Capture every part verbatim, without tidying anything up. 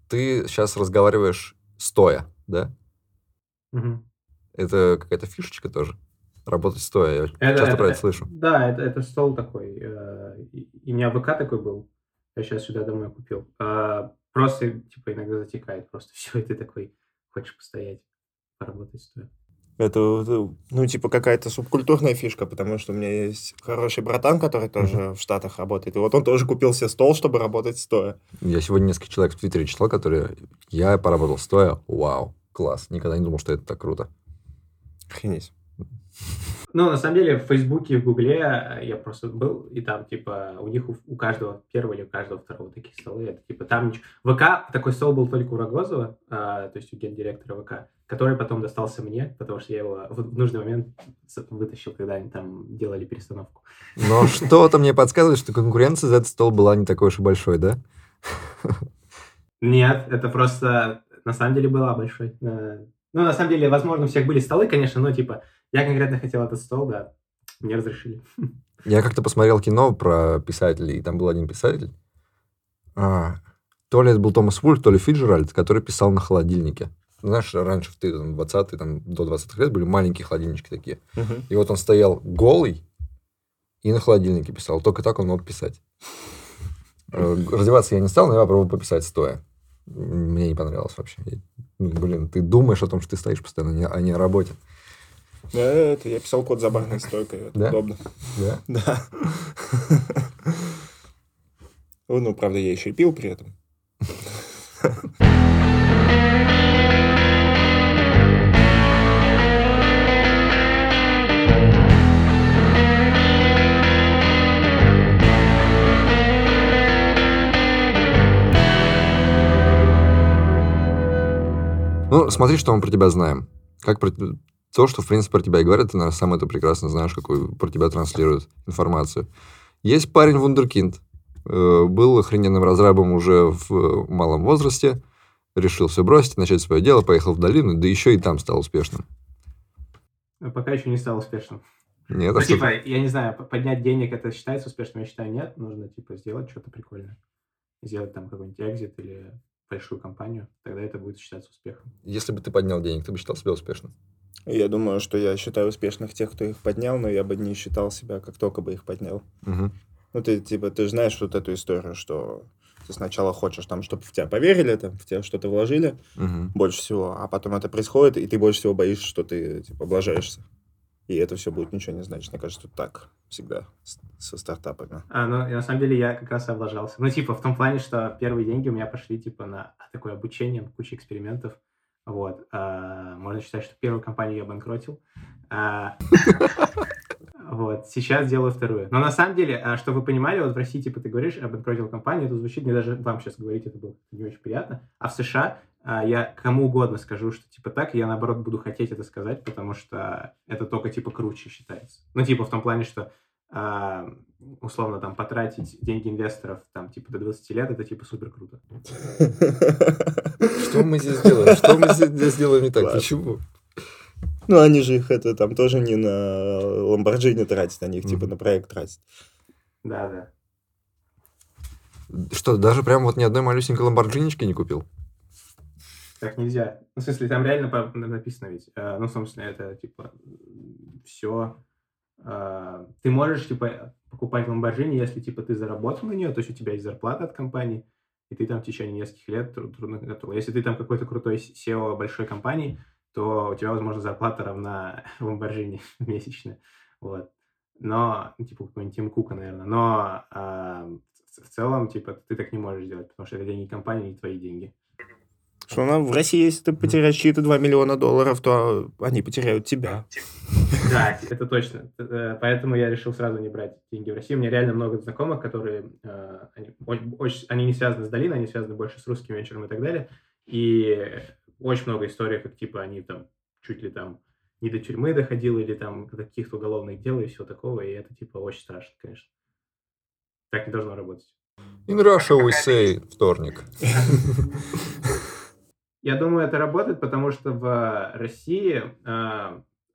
ты сейчас разговариваешь стоя, да? Угу. Это какая-то фишечка тоже? Работать стоя, я Это, часто это, про это э, слышу. да, это, это стол такой. э, И и у меня ВК такой был. Я сейчас сюда домой купил. А, Просто, типа, иногда затекает просто все, и ты такой хочешь постоять, поработать стоя. Это, э, ну, типа, какая-то субкультурная фишка, потому что у меня есть хороший братан, который тоже в Штатах работает. И вот он тоже купил себе стол, чтобы работать стоя. Я сегодня несколько человек в Твиттере читал, которые... Я поработал стоя. Вау, класс. Никогда не думал, что это так круто. Охренеть. Ну, на самом деле, в Фейсбуке и в Гугле э, я просто был, и там, типа, у них у, у каждого первого или у каждого второго такие столы. Это, типа, там ничего... ВК, такой стол был только у Рогозова, а, то есть у гендиректора ВК, который потом достался мне, потому что я его в, в нужный момент с- вытащил, когда они там делали перестановку. Но что-то мне подсказывает, что конкуренция за этот стол была не такой уж и большой, да? Нет, это просто на самом деле была большой. Э, Ну, на самом деле, возможно, у всех были столы, конечно, но, типа, я конкретно хотел этот стол, да, мне разрешили. Я как-то посмотрел кино про писателей, и там был один писатель. А, то ли это был Томас Вульф, то ли Фиджеральд, который писал на холодильнике. Знаешь, раньше в ты- там, двадцатые, там, до двадцатых лет были маленькие холодильнички такие. Мгм. И вот он стоял голый и на холодильнике писал. Только так он мог писать. Э, Раздеваться я не стал, но я попробовал пописать стоя. Мне не понравилось вообще. Я- ну, Блин, ты думаешь о том, что ты стоишь постоянно, не- а не о работе. Да, это я писал код за барной стойкой, это Да? удобно. Да? Да. Ну, правда, я еще и пил при этом. Ну, смотри, что мы про тебя знаем. Как про... То, что, в принципе, про тебя и говорят, ты, наверное, сам это прекрасно знаешь, какую про тебя транслируют информацию. Есть парень вундеркинд. Э, Был охрененным разрабом уже в э, малом возрасте. Решил все бросить, начать свое дело, поехал в долину, да еще и там стал успешным. Но пока еще не стал успешным. Нет, Ну, а что типа, ты- я не знаю, п- поднять денег это считается успешным? Я считаю, нет. Нужно, типа, сделать что-то прикольное. Сделать там какой-нибудь экзит или большую компанию. Тогда это будет считаться успехом. Если бы ты поднял денег, ты бы считал себя успешным. Я думаю, что я считаю успешных тех, кто их поднял, но я бы не считал себя, как только бы их поднял. Мгм. Ну, ты, типа, ты же знаешь вот эту историю, что ты сначала хочешь, там, чтобы в тебя поверили, там, в тебя что-то вложили Мгм. больше всего, а потом это происходит, и ты больше всего боишься, что ты, типа, облажаешься. И это все будет ничего не значить. Мне кажется, тут так всегда с- со стартапами. А, ну, и на самом деле я как раз и облажался. Ну, типа, в том плане, что первые деньги у меня пошли, типа, на такое обучение, куча экспериментов. Вот. А, можно считать, что первую компанию я банкротил. А, Вот. Сейчас делаю вторую. Но на самом деле, а, чтобы вы понимали, вот в России, типа, ты говоришь, обанкротил компанию, это звучит, мне даже вам сейчас говорить, это было не очень приятно. А в США а, я кому угодно скажу, что, типа, так, и я, наоборот, буду хотеть это сказать, потому что это только, типа, круче считается. Ну, типа, в том плане, что а, условно, там, потратить деньги инвесторов, там, типа, до двадцати лет, это, типа, супер круто. Что мы здесь делаем? Что мы здесь делаем не так? Класс. Почему? Ну, они же их это там тоже не на Ламборджини тратят, они их типа Мгм. на проект тратят. Да, да. Что, даже прям вот ни одной малюсенькой ламборджинички не купил? Так нельзя. Ну, в смысле, там реально по- написано ведь. э, Ну, собственно, это, типа, все. Ты можешь, типа, покупать Lamborghini, если, типа, ты заработал на нее, то есть у тебя есть зарплата от компании, и ты там в течение нескольких лет труд- трудно готовил. Если ты там какой-то крутой сео большой компании, то у тебя, возможно, зарплата равна Lamborghini месячная. Вот. Но, ну, типа, какой-нибудь Тим Кука, наверное. Но а, в в целом, типа, ты так не можешь делать, потому что это деньги компании, не твои деньги. Что она в России, если ты потеряешь чьи-то два миллиона долларов, то они потеряют тебя. Да, это точно. Э, Поэтому я решил сразу не брать деньги в России. У меня реально много знакомых, которые э, они, о- очень, они не связаны с долиной, они связаны больше с русским вечером и так далее. И очень много историй, как типа они там чуть ли там не до тюрьмы доходило, или там до каких-то уголовных дел и всего такого. И это типа очень страшно, конечно. Так не должно работать. In Russia we say вторник. Я думаю, это работает, потому что в России э,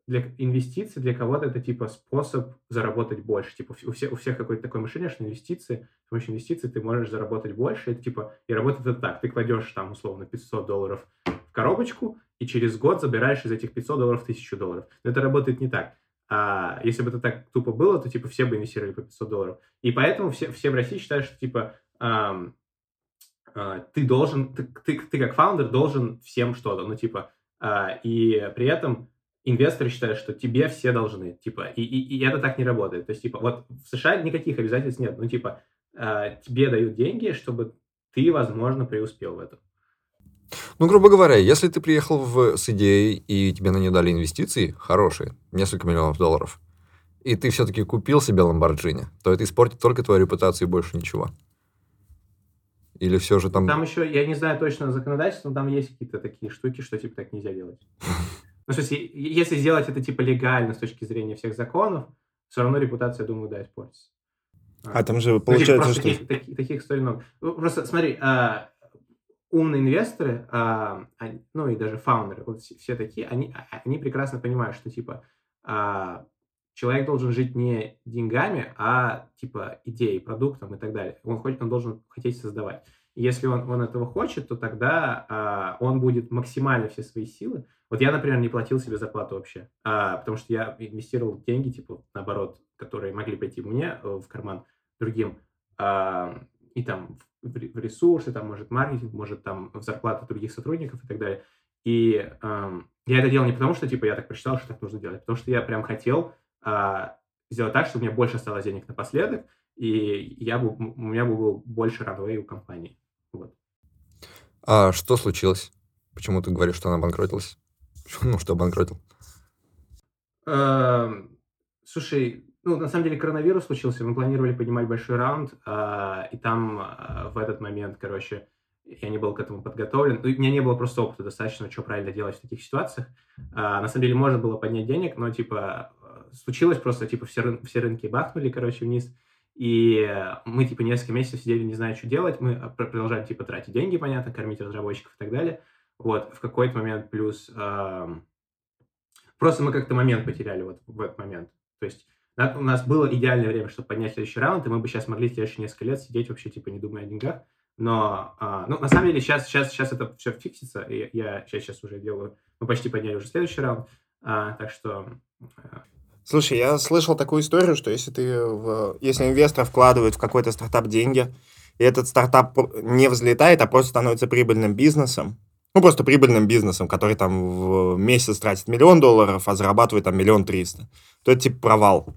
для инвестиций для кого-то это типа способ заработать больше. Типа у всех, у всех какое-то такое мышление, что инвестиции, с помощью инвестиций ты можешь заработать больше. Это типа, и работает это так. Ты кладешь там условно пятьсот долларов в коробочку, и через год забираешь из этих пятисот долларов тысячу долларов. Но это работает не так. А если бы это так тупо было, то типа все бы инвестировали по пятьсот долларов. И поэтому все, все в России считают, что типа ам, а, ты должен, ты, ты, ты как фаундер должен всем что-то. Ну типа, а, и при этом инвесторы считают, что тебе все должны. Типа, и, и, и это так не работает. То есть типа вот в США никаких обязательств нет. Ну типа а, тебе дают деньги, чтобы ты, возможно, преуспел в этом. Ну, грубо говоря, если ты приехал в, с идеей, и тебе на нее дали инвестиции хорошие, несколько миллионов долларов, и ты все-таки купил себе Lamborghini, то это испортит только твою репутацию и больше ничего. Или все же там... Там еще, я не знаю точно законодательство, но там есть какие-то такие штуки, что типа так нельзя делать. Ну, в смысле, если сделать это типа легально с точки зрения всех законов, все равно репутация, думаю, да, испортится. А там же Ну, типа, получается, просто что... таких, таких, таких историй много. Ну, просто смотри, а, умные инвесторы, а, они- ну и даже фаундеры, вот все, все такие, они, а- они прекрасно понимают, что типа а, человек должен жить не деньгами, а типа идеей, продуктом и так далее. Он, хоть, он должен хотеть создавать. И если он, он этого хочет, то тогда а, он будет максимально все свои силы. Вот я, например, не платил себе зарплату вообще, а, потому что я инвестировал деньги, типа, наоборот, которые могли пойти мне э, в карман другим, а, и там в, ре- в ресурсы, там, может, маркетинг, может, там, в зарплаты других сотрудников и так далее. И ам, я это делал не потому, что, типа, я так прочитал, что так нужно делать, а потому что я прям хотел а, сделать так, чтобы у меня больше осталось денег напоследок, и я бы, м- у меня бы был больше runway у компании. Вот. А что случилось? Почему ты говоришь, что она обанкротилась? Ну, что обанкротил? Эм, Слушай, ну, на самом деле коронавирус случился, мы планировали поднимать большой раунд, а, и там а, в этот момент, короче, я не был к этому подготовлен. Ну, и у меня не было просто опыта достаточно, что правильно делать в таких ситуациях. А, на самом деле можно было поднять денег, но, типа, э, случилось просто, типа, все, рын- все рынки бахнули, короче, вниз, и э, мы, типа, несколько месяцев сидели, не зная, что делать, мы э, пр- продолжали, типа, тратить деньги, понятно, кормить разработчиков и так далее. Вот, в какой-то момент плюс... ам, Просто мы как-то момент потеряли вот в этот момент. То есть на- у нас было идеальное время, чтобы поднять следующий раунд, и мы бы сейчас могли следующие несколько лет сидеть вообще, типа, не думая о деньгах. Но, а, ну, на самом деле, сейчас, сейчас, сейчас это все фиксится, и я сейчас, сейчас уже делаю, мы почти подняли уже следующий раунд, а, так что... а, Слушай, я слышал такую историю, что если ты, в- если инвестор вкладывает в какой-то стартап деньги, и этот стартап по- не взлетает, а просто становится прибыльным бизнесом, ну, просто прибыльным бизнесом, который там в месяц тратит миллион долларов, а зарабатывает там миллион триста, то это типа провал.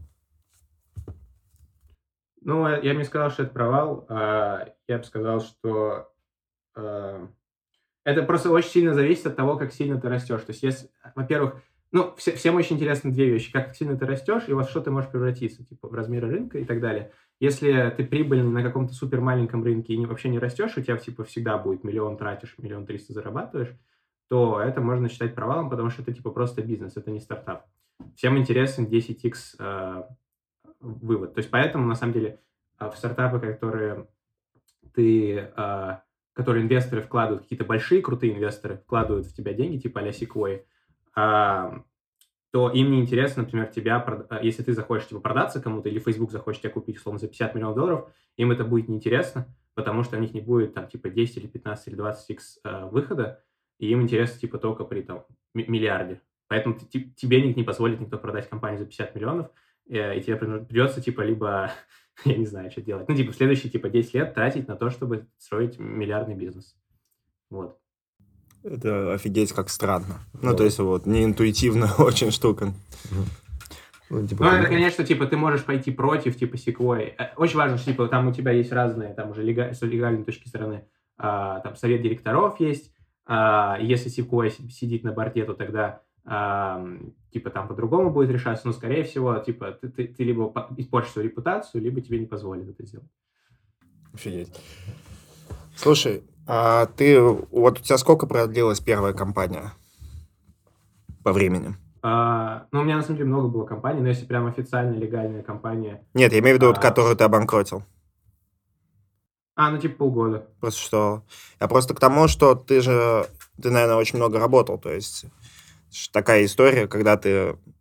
Ну, э, я бы не сказал, что это провал, а, я бы сказал, что а, это просто очень сильно зависит от того, как сильно ты растешь. То есть, если, во-первых, ну, все- всем очень интересны две вещи. Как сильно ты растешь и во что ты можешь превратиться, типа, в размеры рынка и так далее. Если ты прибыльный на каком-то супер маленьком рынке и не, вообще не растешь, у тебя, типа, всегда будет миллион тратишь, миллион триста зарабатываешь, то это можно считать провалом, потому что это, типа, просто бизнес, это не стартап. Всем интересен десять икс э, вывод. То есть, поэтому, на самом деле, э, в стартапы, которые ты, а, которые инвесторы вкладывают, какие-то большие крутые инвесторы вкладывают в тебя деньги, типа а-ля Sequoia, а, то им не интересно, например, тебя, прод- а, если ты захочешь типа продаться кому-то, или Facebook захочет тебя купить, условно, за пятьдесят миллионов долларов, им это будет неинтересно, потому что у них не будет там типа десять или пятнадцать или двадцать икс а, выхода, и им интересно типа только при там ми- миллиарде. Поэтому ты- ти- тебе не, не позволит никто продать компанию за пятьдесят миллионов, э, и тебе придется типа либо я не знаю, что делать. Ну, типа, в следующие, типа, десять лет тратить на то, чтобы строить миллиардный бизнес. Вот. Это офигеть как странно. Ну, Да. то есть вот неинтуитивная очень штука. Ну, типа, Ну, как это, бы- конечно, типа, ты можешь пойти против, типа, Sequoia. Э, Очень важно, что, типа, там у тебя есть разные, там уже лега- с легальной точки стороны, а, там совет директоров есть. А, если Sequoia си- сидит на борте, то тогда, а, м, типа, там по-другому будет решаться. Но, скорее всего, типа, ты, ты, ты либо по- испортишь свою репутацию, либо тебе не позволят это сделать. Офигеть. Слушай, а ты, вот у тебя сколько продлилась первая компания по времени? А, ну, у меня, на самом деле, много было компаний, но если прям официальная, легальная компания. Нет, я имею в виду, вот, А, которую ты обанкротил. А, ну, типа полгода. Просто что... Я просто к тому, что ты же... Ты, наверное, очень много работал. То есть ш- такая история, когда ты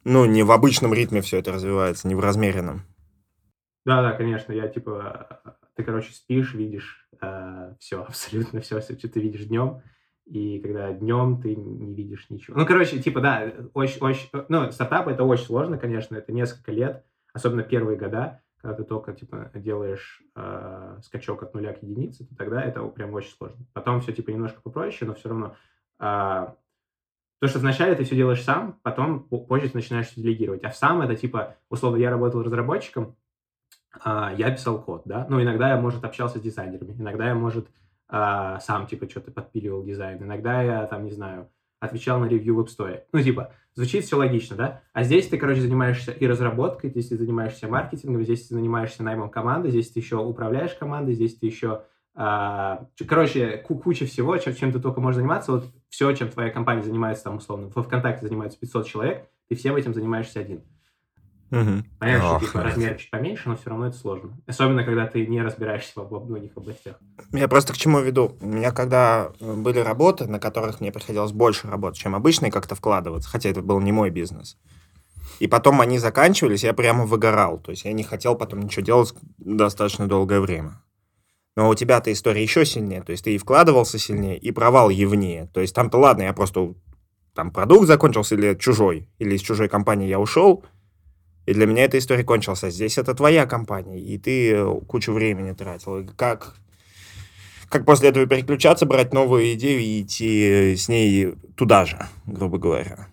ну, не в обычном ритме все это развивается, не в размеренном. Да-да, конечно, я типа... Ты, короче, спишь, видишь э, все, абсолютно все, все, что ты видишь днем, и когда днем ты не видишь ничего. Ну, короче, типа, да, очень, очень... Ну, стартап — это очень сложно, конечно, это несколько лет, особенно первые года, когда ты только, типа, делаешь э, скачок от нуля к единице, то тогда это прям очень сложно. Потом все, типа, немножко попроще, но все равно... Э, то, что вначале ты все делаешь сам, потом позже ты начинаешь все делегировать. А в сам это, типа, условно, я работал разработчиком, а, я писал код, да, ну, иногда я, может, общался с дизайнерами, иногда я, может, а, сам, типа, что-то подпиливал дизайн, иногда я, там, не знаю, отвечал на ревью в App Store. Ну, типа, звучит все логично, да? А здесь ты, короче, занимаешься и разработкой, здесь ты занимаешься маркетингом, здесь ты занимаешься наймом команды, здесь ты еще управляешь командой, здесь ты еще... А, короче, куча всего, чем, чем ты только можешь заниматься. Вот все, чем твоя компания занимается, там, условно, во ВКонтакте занимается пятьсот человек, ты всем этим занимаешься один. Угу. Понятно, что типа, размер чуть поменьше, но все равно это сложно. Особенно, когда ты не разбираешься в, в многих областях. Я просто к чему веду. У меня когда были работы, на которых мне приходилось больше работать, чем обычно, и как-то вкладываться, хотя это был не мой бизнес. И потом они заканчивались, я прямо выгорал. То есть я не хотел потом ничего делать достаточно долгое время. Но у тебя-то история еще сильнее. То есть ты и вкладывался сильнее, и провал явнее. То есть там-то ладно, я просто... Там продукт закончился или чужой, или из чужой компании я ушел, и для меня эта история кончилась. А здесь это твоя компания, и ты кучу времени тратил. И как, как после этого переключаться, брать новую идею и идти с ней туда же, грубо говоря?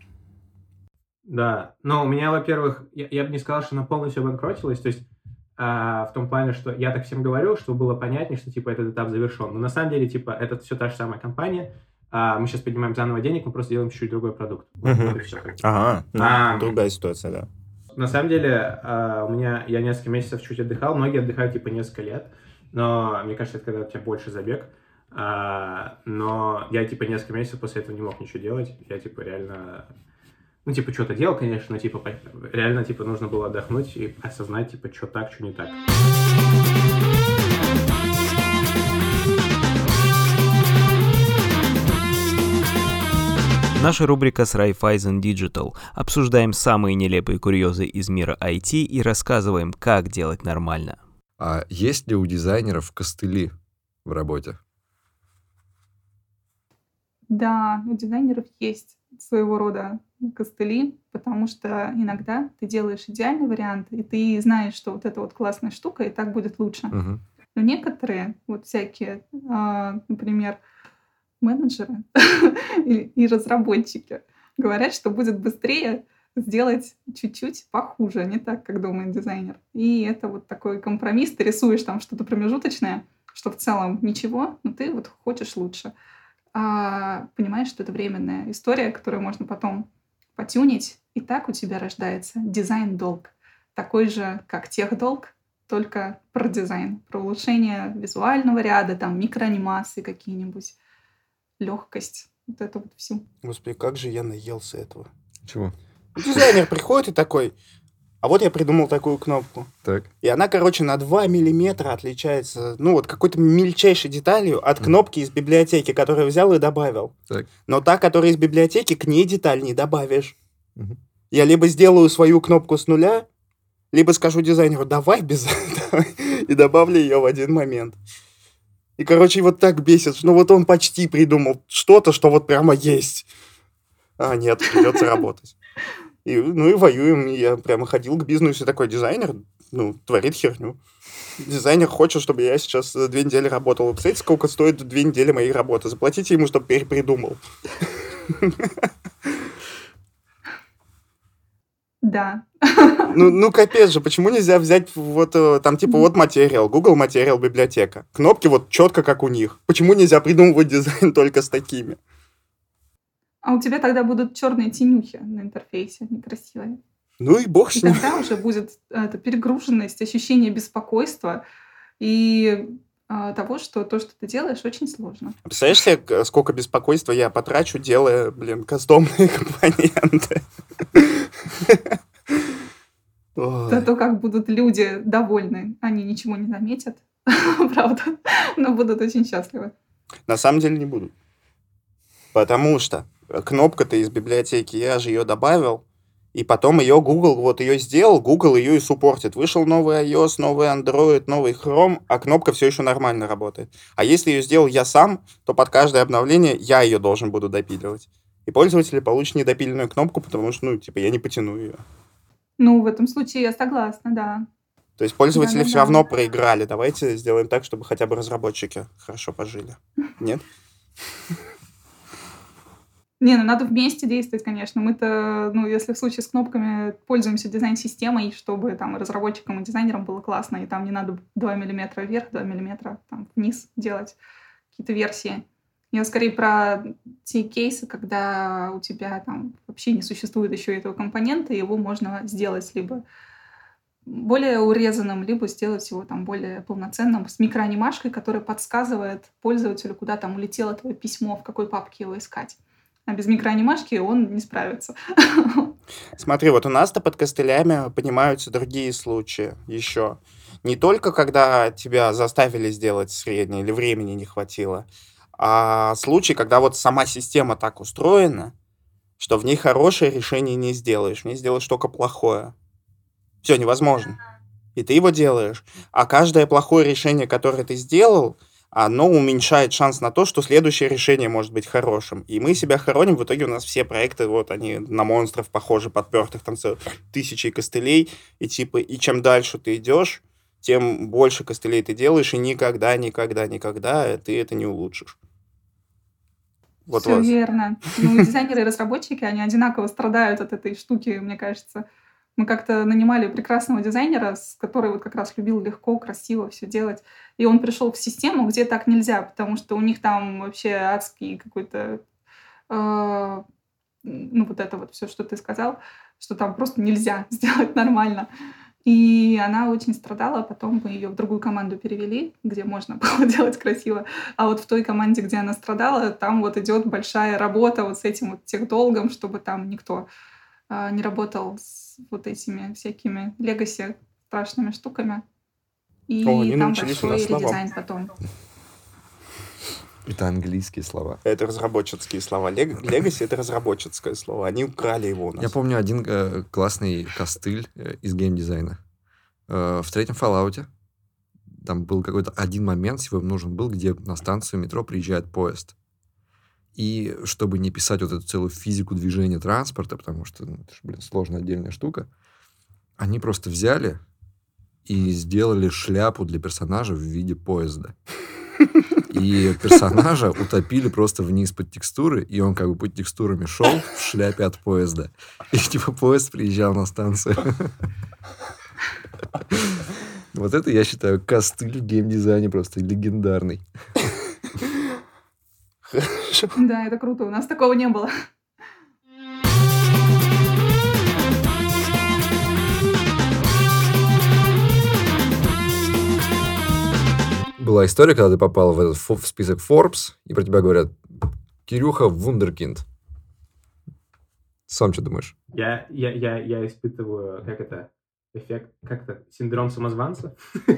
Да, но у меня, во-первых, я, я бы не сказал, что она полностью обанкротилась, то есть а, в том плане, что я так всем говорил, чтобы было понятнее, что, типа, этот этап завершен. Но на самом деле, типа, это все та же самая компания, а, мы сейчас поднимаем заново денег, мы просто делаем чуть-чуть другой продукт. Вот, Мгм. вот и всё. Ага, ну, А, другая ситуация, да. На самом деле, а, у меня, я несколько месяцев чуть отдыхал, многие отдыхают, типа, несколько лет, но мне кажется, это когда у тебя больше забег. А, но я, типа, несколько месяцев после этого не мог ничего делать. Я, типа, реально... Ну, типа, что-то делал, конечно, но, типа, реально, типа, нужно было отдохнуть и осознать, типа, что так, что не так. Наша рубрика с Raiffeisen Digital. Обсуждаем самые нелепые курьезы из мира ай ти и рассказываем, как делать нормально. А есть ли у дизайнеров костыли в работе? Да, у дизайнеров есть своего рода костыли, потому что иногда ты делаешь идеальный вариант, и ты знаешь, что вот это вот классная штука, и так будет лучше. Угу. Но некоторые, вот всякие, а, например, менеджеры и, и разработчики говорят, что будет быстрее сделать чуть-чуть похуже, не так, как думает дизайнер. И это вот такой компромисс. Ты рисуешь там что-то промежуточное, что в целом ничего, но ты вот хочешь лучше. А понимаешь, что это временная история, которую можно потом потюнить, и так у тебя рождается дизайн-долг. Такой же, как техдолг, только про дизайн, про улучшение визуального ряда, там микроанимации какие-нибудь, легкость, вот это вот всю. Господи, как же я наелся этого. Чего? Дизайнер приходит и такой, а вот я придумал такую кнопку. Так. И она, короче, на два миллиметра отличается, ну, вот какой-то мельчайшей деталью от кнопки из библиотеки, которую взял и добавил. Так. Но та, которая из библиотеки, к ней деталь не добавишь. Мгм. Я либо сделаю свою кнопку с нуля, либо скажу дизайнеру, давай без этого, и добавлю ее в один момент. И, короче, вот так бесит. Ну, вот он почти придумал что-то, что вот прямо есть. А, нет, придется работать. И, ну и воюем. И я прямо ходил к бизнесу, и такой дизайнер, ну, творит херню. Дизайнер хочет, чтобы я сейчас две недели работал. Вы представляете, сколько стоит две недели моей работы? Заплатите ему, чтобы перепридумал. Да. Ну, ну, капец же, почему нельзя взять вот э, там типа вот материал, Google материал, библиотека. Кнопки вот четко как у них. Почему нельзя придумывать дизайн только с такими? А у тебя тогда будут черные тенюхи на интерфейсе, некрасивые. Ну и бог И с ним. тогда уже будет эта перегруженность, ощущение беспокойства и а, того, что то, что ты делаешь, очень сложно. Представляешь себе, сколько беспокойства я потрачу, делая, блин, кастомные компоненты? Ой. Зато как будут люди довольны. Они ничего не заметят, правда, но будут очень счастливы. На самом деле не буду. Потому что кнопка-то из библиотеки, я же ее добавил, и потом ее Google, вот ее сделал, Google ее и суппортит. Вышел новый iOS, новый Android, новый Chrome, а кнопка все еще нормально работает. А если ее сделал я сам, то под каждое обновление я ее должен буду допиливать. И пользователи получат недопиленную кнопку, потому что, ну, типа, я не потяну ее. Ну, в этом случае я согласна, да. То есть пользователи Да-да-да. все равно проиграли. Давайте сделаем так, чтобы хотя бы разработчики хорошо пожили. Нет? Не, ну надо вместе действовать, конечно. Мы-то, ну, если в случае с кнопками пользуемся дизайн-системой, чтобы там и разработчикам, и дизайнерам было классно, и там не надо два миллиметра вверх, два миллиметра там, вниз делать какие-то версии. Я скорее про те кейсы, когда у тебя там вообще не существует еще этого компонента, и его можно сделать либо более урезанным, либо сделать его там более полноценным, с микроанимашкой, которая подсказывает пользователю, куда там улетело твое письмо, в какой папке его искать. А без микроанимашки он не справится. Смотри, вот у нас-то под костылями понимаются другие случаи еще. Не только когда тебя заставили сделать среднее или времени не хватило, а случаи, когда вот сама система так устроена, что в ней хорошее решение не сделаешь, в ней сделаешь только плохое. Все невозможно. И ты его делаешь. А каждое плохое решение, которое ты сделал, оно уменьшает шанс на то, что следующее решение может быть хорошим. И мы себя хороним, в итоге у нас все проекты, вот они на монстров похожи, подпертых там тысячи костылей, и типа, и чем дальше ты идешь, тем больше костылей ты делаешь, и никогда, никогда, никогда ты это не улучшишь. Вот Все вас. верно. Ну, и дизайнеры и разработчики, они одинаково страдают от этой штуки, мне кажется. Мы как-то нанимали прекрасного дизайнера, с который вот как раз любил легко, красиво все делать. И он пришел в систему, где так нельзя, потому что у них там вообще адский какой-то... Э, ну, вот это вот все, что ты сказал, что там просто нельзя сделать нормально. И она очень страдала, потом мы ее в другую команду перевели, где можно было делать красиво. А вот в той команде, где она страдала, там вот идет большая работа вот с этим вот техдолгом, чтобы там никто э, не работал с вот этими всякими легаси страшными штуками. И О, они там научились у большой нас словам. редизайн потом. Это английские слова. Это разработческие слова. Legacy — это разработческое слово. Они украли его у нас. Я помню один э, классный костыль э, из геймдизайна. Э, в третьем Fallout там был какой-то один момент, сегодня нужен был, где на станцию метро приезжает поезд. И чтобы не писать вот эту целую физику движения транспорта, потому что, ну, это же, блин, сложная отдельная штука, они просто взяли и сделали шляпу для персонажа в виде поезда. И персонажа утопили просто вниз под текстуры, и он как бы под текстурами шел в шляпе от поезда. И типа поезд приезжал на станцию. Вот это, я считаю, костыль в геймдизайне просто легендарный. Хорошо. Да, это круто. У нас такого не было. Была история, когда ты попал в этот фо- в список Forbes, и про тебя говорят: Кирюха вундеркинд. Сам что думаешь? Я, я, я, я испытываю, как это, эффект, как это, синдром самозванца.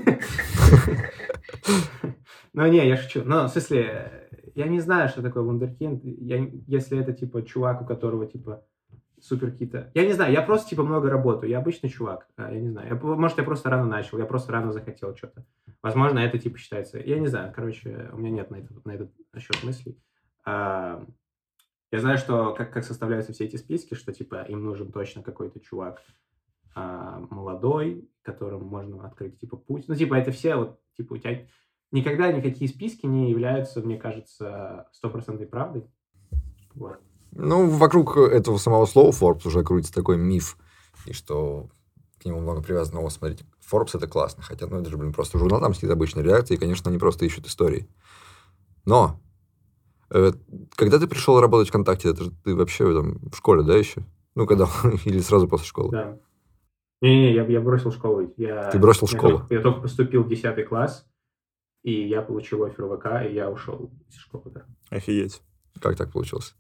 Ну, не, я шучу. Ну, в смысле, я не знаю, что такое вундеркинд. Я, если это, типа, чувак, у которого, типа, супер какие-то... Я не знаю, я просто, типа, много работаю. Я обычный чувак. Я не знаю. Я, может, я просто рано начал, я просто рано захотел что-то. Возможно, это, типа, считается... Я не знаю, короче, у меня нет на этот, на этот счет мыслей. А, я знаю, что как, как составляются все эти списки, что, типа, им нужен точно какой-то чувак а, молодой, которому можно открыть, типа, путь. Ну, типа, это все, вот, типа, у тебя... Никогда никакие списки не являются, мне кажется, стопроцентной правдой. Вот. Ну, вокруг этого самого слова Forbes уже крутится такой миф, и что к нему много привязано. О, смотрите, Forbes — это классно. Хотя, ну, это же, блин, просто журнал, там какие-то обычные реакции, и, конечно, они просто ищут истории. Но, э, когда ты пришел работать в ВКонтакте, это же ты вообще там, в школе, да, еще? Ну, когда? Или сразу после школы? Да. Не-не-не, я, я бросил школу. Я, Ты бросил я школу? Только, я только поступил в десятый класс, и я получил оффер в ВК, и я ушел из школы, да. Офигеть. Как так получилось?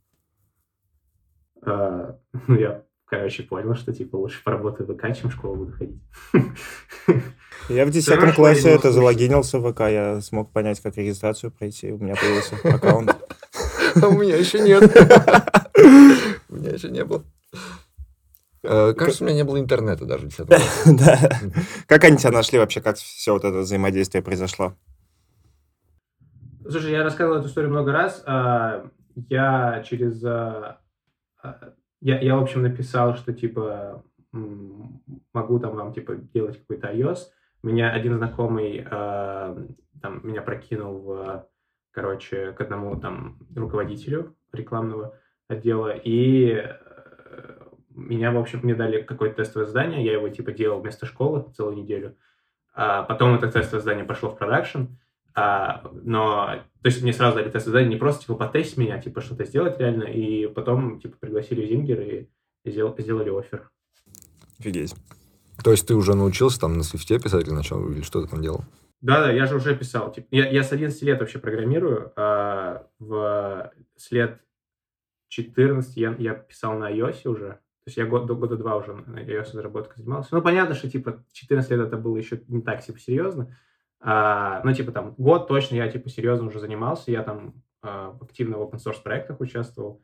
А, ну, я, короче, понял, что, типа, лучше поработаю в ВК, чем в школу буду ходить. Я в десятом Хорошо, классе я это слушаю. залогинился в ВК, я смог понять, как регистрацию пройти, у меня появился аккаунт. А у меня еще нет. У меня еще не было. Э, Кажется, у меня не было интернета даже в десятом классе. Да. Мгм. Как они тебя нашли вообще? Как все вот это взаимодействие произошло? Слушай, я рассказывал эту историю много раз. А, Я через... а, а, Я, я, в общем, написал, что, типа, м, могу там вам, типа, делать какой-то iOS. Меня один знакомый а, там, меня прокинул в, короче, к одному там руководителю рекламного отдела, и э, меня, в общем, мне дали какое-то тестовое задание, я его, типа, делал вместо школы целую неделю. А потом это тестовое задание пошло в продакшн, а, но, то есть мне сразу дали тестовое задание не просто, типа, потестить меня, типа, что-то сделать реально, и потом, типа, пригласили в Зингер и сдел- сделали оффер. Офигеть. То есть ты уже научился там на свифте писать или начал, или что ты там делал? Да-да, я же уже писал. Типа, я, я с одиннадцати лет вообще программирую, а в с лет четырнадцати я, я писал на iOS уже. То есть я год, до года два уже на iOS-разработкой занимался. Ну, понятно, что, типа, четырнадцать лет это было еще не так, типа, серьезно. А, ну, типа, там, год точно я, типа, серьезно уже занимался. Я там а, активно в open-source проектах участвовал.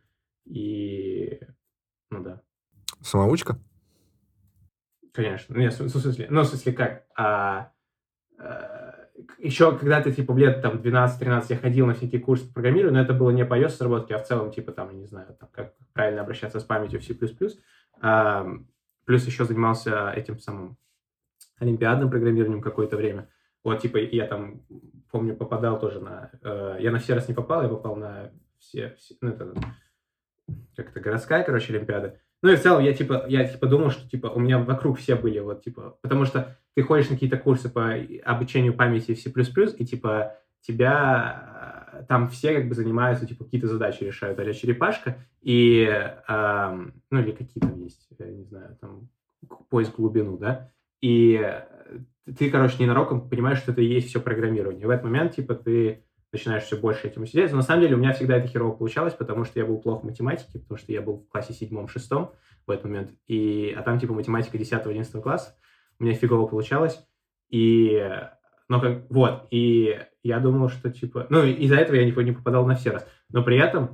И, ну, да, Самоучка? конечно. Нет, в смысле, ну, в смысле, как? А, еще когда ты, типа, в лет там двенадцать-тринадцать я ходил на всякие курсы по программированию, но это было не по iOS-разработке, а в целом, типа, там, я не знаю, там, как правильно обращаться с памятью в C++. А, плюс еще занимался этим самым олимпиадным программированием какое-то время. Вот, типа, я там, помню, попадал тоже на... Э, я на все раз не попал, я попал на все... все ну, это, как это, городская, короче, олимпиада. Ну и в целом я, типа, я, типа, думал, что, типа, у меня вокруг все были, вот, типа... Потому что ты ходишь на какие-то курсы по обучению памяти в C++, и, типа, тебя э, там все, как бы, занимаются, типа, какие-то задачи решают, а-ля черепашка, и... э, ну, или какие там есть, я не знаю, там, поиск в глубину, да? И ты, короче, ненароком понимаешь, что это и есть все программирование. И в этот момент, типа, ты начинаешь все больше этим сидеть. Но на самом деле у меня всегда это херово получалось, потому что я был плох в математике, потому что я был в классе седьмом-шестом в этот момент. И, а там, типа, математика десятого-одиннадцатого класса. У меня фигово получалось. И, ну, как, вот, и я думал, что, типа... Ну, из-за этого я не, не попадал на все раз. Но при этом,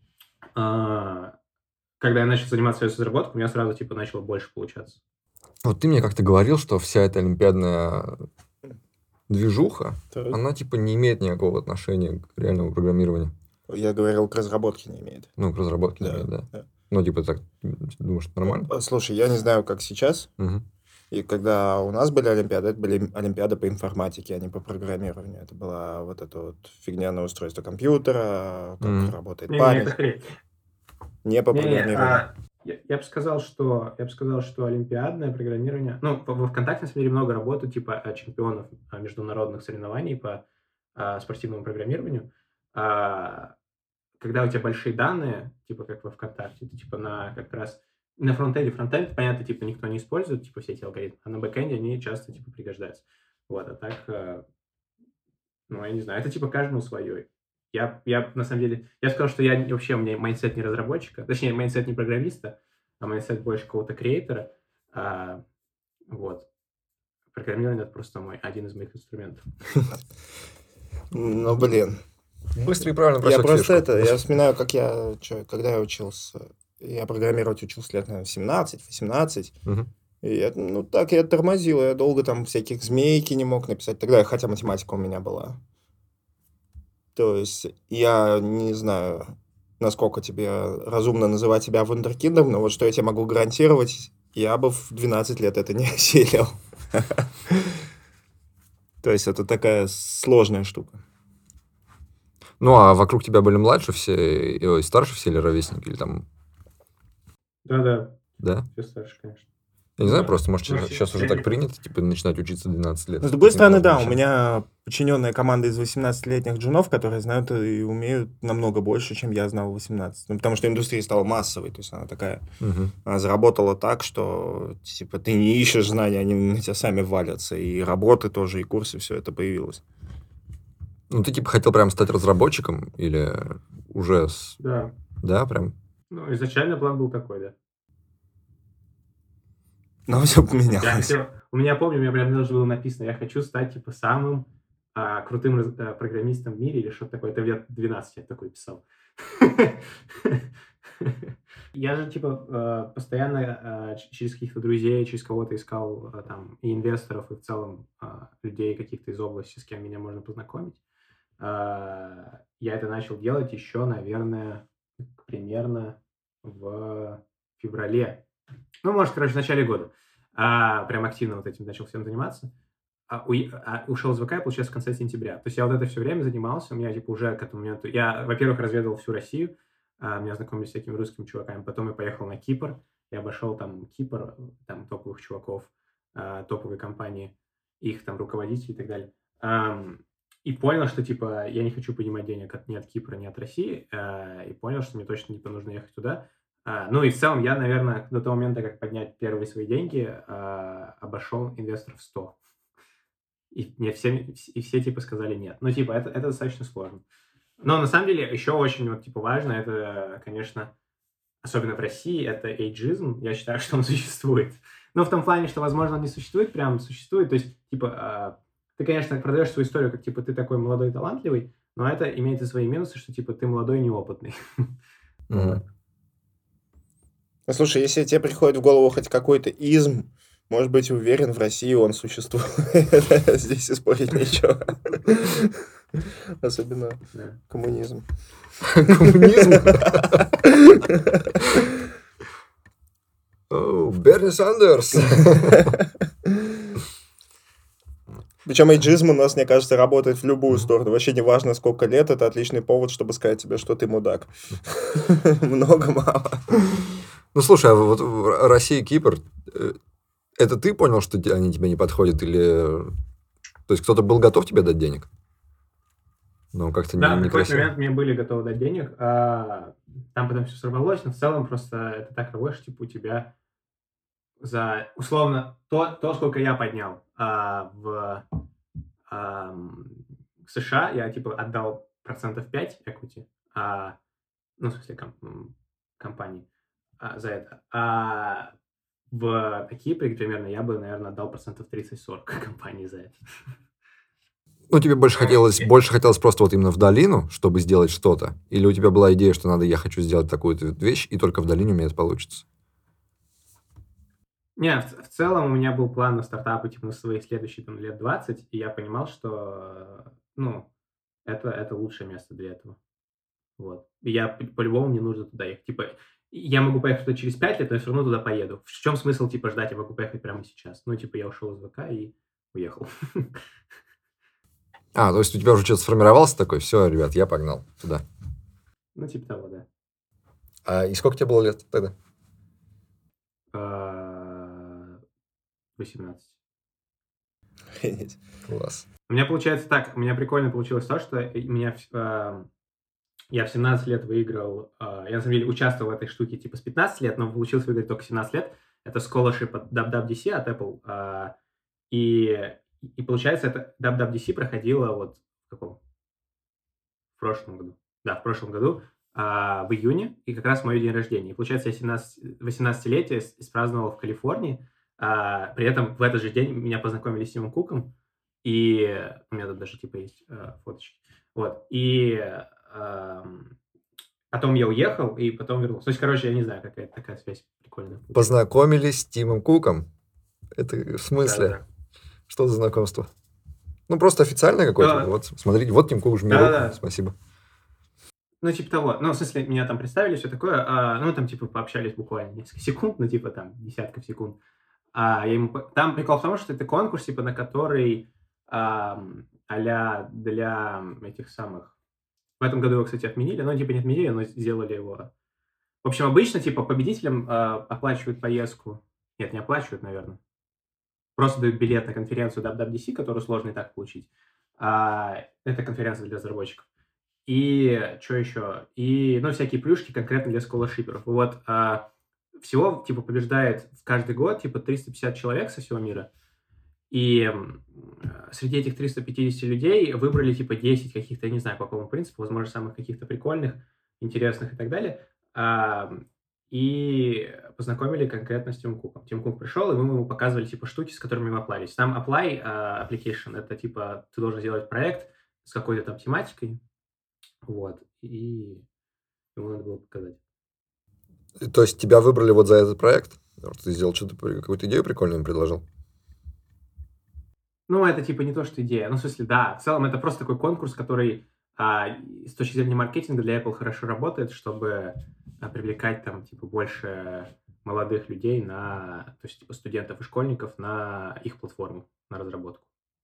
э, когда я начал заниматься разработкой, у меня сразу, типа, начало больше получаться. Вот ты мне как-то говорил, что вся эта олимпиадная движуха, Так. она типа не имеет никакого отношения к реальному программированию. Я говорил, к разработке не имеет. Ну, к разработке не Да, имеет, да. да. Ну, типа так, думаешь, это нормально? А, Слушай, я не знаю, как сейчас. Мгм. И когда у нас были олимпиады, это были олимпиады по информатике, а не по программированию. Это была вот эта вот фигня на устройство компьютера, как Мгм. работает Не-не, это память. хрень. Не по Не-не, программированию. а, я, я бы сказал, что я бы сказал, что олимпиадное программирование. Ну, во, во ВКонтакте, на самом деле, много работы типа а, чемпионов а, международных соревнований по а, спортивному программированию. А, когда у тебя большие данные, типа как во ВКонтакте, ты типа на как раз на фронтенде, фронтенд, понятно, типа никто не использует, типа все эти алгоритмы, а на бэкенде они часто типа пригождаются. Вот, а так, а, ну, я не знаю, это типа каждому свое. Я, я, на самом деле, я сказал, что я не- вообще, у меня майндсет не разработчика, точнее, майндсет не программиста, а майндсет больше какого-то креатора. А, вот. Программирование — это просто мой, один из моих инструментов. Ну, блин. Быстро и правильно Я бросать просто фишку. это, я вспоминаю, как я, чё, когда я учился, я программировать учился лет, наверное, семнадцать-восемнадцать. Мгм. И я, ну, так я тормозил, я долго там всяких змейки не мог написать. Тогда, хотя математика у меня была. То есть я не знаю, насколько тебе разумно называть себя вундеркиндом, но вот что я тебе могу гарантировать, я бы в двенадцать лет это не осилил. То есть это такая сложная штука. Ну, а вокруг тебя были младше все, и- ой, старше все или ровесники, или там, Да-да, да? все старше, конечно. Я не знаю, Да. просто, может, Ну, сейчас, все- сейчас уже все так не- принято, типа, начинать учиться в двенадцать лет. Но с другой стороны, да, у Вообще. меня подчиненная команда из восемнадцатилетних джунов, которые знают и умеют намного больше, чем я знал в восемнадцать. Ну, потому что индустрия стала массовой, то есть она такая, Мгм. она заработала так, что, типа, ты не ищешь знаний, они на тебя сами валятся, и работы тоже, и курсы, все это появилось. Ну, ты, типа, хотел прям стать разработчиком или уже, с- Да. да, прям? Ну, изначально план был такой, да. Но все Я поменялось. хотел, у меня, помню, у меня прям даже было написано, я хочу стать, типа, самым а, крутым раз- а, программистом в мире или что-то такое. Это в лет двенадцать я такой писал. Я же, типа, э, постоянно э, ч- через каких-то друзей, через кого-то искал э, там и инвесторов, и в целом э, людей каких-то из области, с кем меня можно познакомить. Э, Я это начал делать еще, наверное, примерно в феврале. Ну, может, короче, в начале года. А, прям активно вот этим начал всем заниматься. А, уе- а ушел из ВК, получается, в конце сентября. То есть я вот это все время занимался. У меня, типа, уже к этому моменту... Я, во-первых, разведывал всю Россию. А, меня знакомились с всякими русскими чуваками. Потом я поехал на Кипр. Я обошел там Кипр, там топовых чуваков, а, топовые компании, их там руководителей и так далее. Ам, и понял, что, типа, я не хочу поднимать денег от, ни от Кипра, ни от России. а, И понял, что мне точно, типа, нужно ехать туда. А, Ну и в целом я, наверное, до того момента, как поднять первые свои деньги, а, обошел инвесторов сто. И мне все, и все типа сказали нет. Ну, типа, это, это достаточно сложно. Но на самом деле еще очень вот, типа, важно, это, конечно, особенно в России, это эйджизм. Я считаю, что он существует. Но в том плане, что, возможно, он не существует, прям существует. То есть, типа, а, ты, конечно, продаешь свою историю, как, типа, ты такой молодой и талантливый, но это имеет и свои минусы, что, типа, ты молодой и неопытный. Мгм. Ну, слушай, если тебе приходит в голову хоть какой-то изм, может быть, уверен, в России он существует. Здесь и спорить нечего. Особенно Да. коммунизм. Коммунизм? О, Берни Сандерс. Причем эйджизм у нас, мне кажется, работает в любую Мгм. сторону. Вообще не важно, сколько лет, это отличный повод, чтобы сказать тебе, что ты мудак. Много-мало. Ну, слушай, а вот в Россия и Кипр, э, это ты понял, что те- они тебе не подходят, или... То есть кто-то был готов тебе дать денег? Но как-то не- Да, в какой-то некрасиво. момент мне были готовы дать денег, а там потом все сорвалось, но в целом просто это так работает, типа у тебя за условно то, то сколько я поднял а, в ам, США, я типа отдал процентов пять equity, а, ну, в смысле, ком- м, компании а, за это. А в Кипре примерно я бы, наверное, отдал процентов тридцать-сорок компании за это. Ну, тебе больше хотелось, больше хотелось просто вот именно в долину, чтобы сделать что-то? Или у тебя была идея, что надо, я хочу сделать такую-то вещь, и только в долине у меня это получится? Не, в, в целом у меня был план на стартапы, типа, на свои следующие там, лет двадцать, и я понимал, что, э, ну, это, это лучшее место для этого. Вот. И я по- по-любому мне нужно туда ехать. Типа, я могу поехать туда через пять лет, но я все равно туда поеду. В чем смысл, типа, ждать? Я могу поехать прямо сейчас. Ну, типа, я ушел из ВК и уехал. А, то есть у тебя уже что-то сформировался такой, все, ребят, я погнал туда. Ну, типа того, да. А и сколько тебе было лет тогда? А, восемнадцать. Охренеть. Класс. У меня получается так, у меня прикольно получилось то, что и меня, в- а, я в семнадцать лет выиграл, а, я на самом деле участвовал в этой штуке типа с пятнадцати лет, но получилось выиграть только в семнадцать лет. Это scholarship от дабл ю дабл ю ди си от Apple. а, И, и получается, это дабл ю дабл ю ди си проходило вот в каком? В прошлом году. Да, в прошлом году, а, в июне, и как раз мой день рождения. И получается, я семнадцать, восемнадцатилетие с- спраздновал в Калифорнии. а, При этом в этот же день меня познакомили с Тимом Куком, и у меня тут даже типа есть э, фоточки. Вот. И ам, потом я уехал, и потом вернулся. То есть, короче, я не знаю, какая-то такая связь прикольная получилась. Познакомились с Тимом Куком? Это в смысле? Да-да-да. Что за знакомство? Ну, просто официальное какое-то? Да. Вот, смотрите, вот Тим Кук, жми руку, Да-да-да. спасибо. Ну, типа того. Ну, в смысле, меня там представили, все такое. а, ну, там, типа, пообщались буквально несколько секунд, ну, типа, там, десятков секунд. А я ему... по- Там прикол в том, что это конкурс, типа, на который ам, а-ля для этих самых... В этом году его, кстати, отменили. Ну, типа, не отменили, но сделали его... В общем, обычно, типа, победителям а, оплачивают поездку. Нет, не оплачивают, наверное. Просто дают билет на конференцию дабл ю дабл ю ди си, которую сложно и так получить. А, это конференция для разработчиков. И что еще? И, ну, всякие плюшки конкретно для сколоршиперов. Вот а, всего, типа, побеждает в каждый год, типа, триста пятьдесят человек со всего мира. И м, э, среди этих трёхсот пятидесяти людей выбрали, типа, десять каких-то, я не знаю, по какому принципу, возможно, самых каких-то прикольных, интересных и так далее. А, и познакомили конкретно с Тим Куком. Тим Кук пришел, и мы ему показывали, типа, штуки, с которыми мы оплавились. Там apply а, application, это, типа, ты должен сделать проект с какой-то там тематикой, вот, и ему надо было показать. То есть тебя выбрали вот за этот проект? Потому что ты сделал что-то, какую-то идею прикольную им предложил? Ну, это типа не то, что идея. Ну, в смысле, да, в целом это просто такой конкурс, который а, с точки зрения маркетинга для Apple хорошо работает, чтобы а, привлекать там типа больше молодых людей на, то есть типа студентов и школьников на их платформу, на разработку.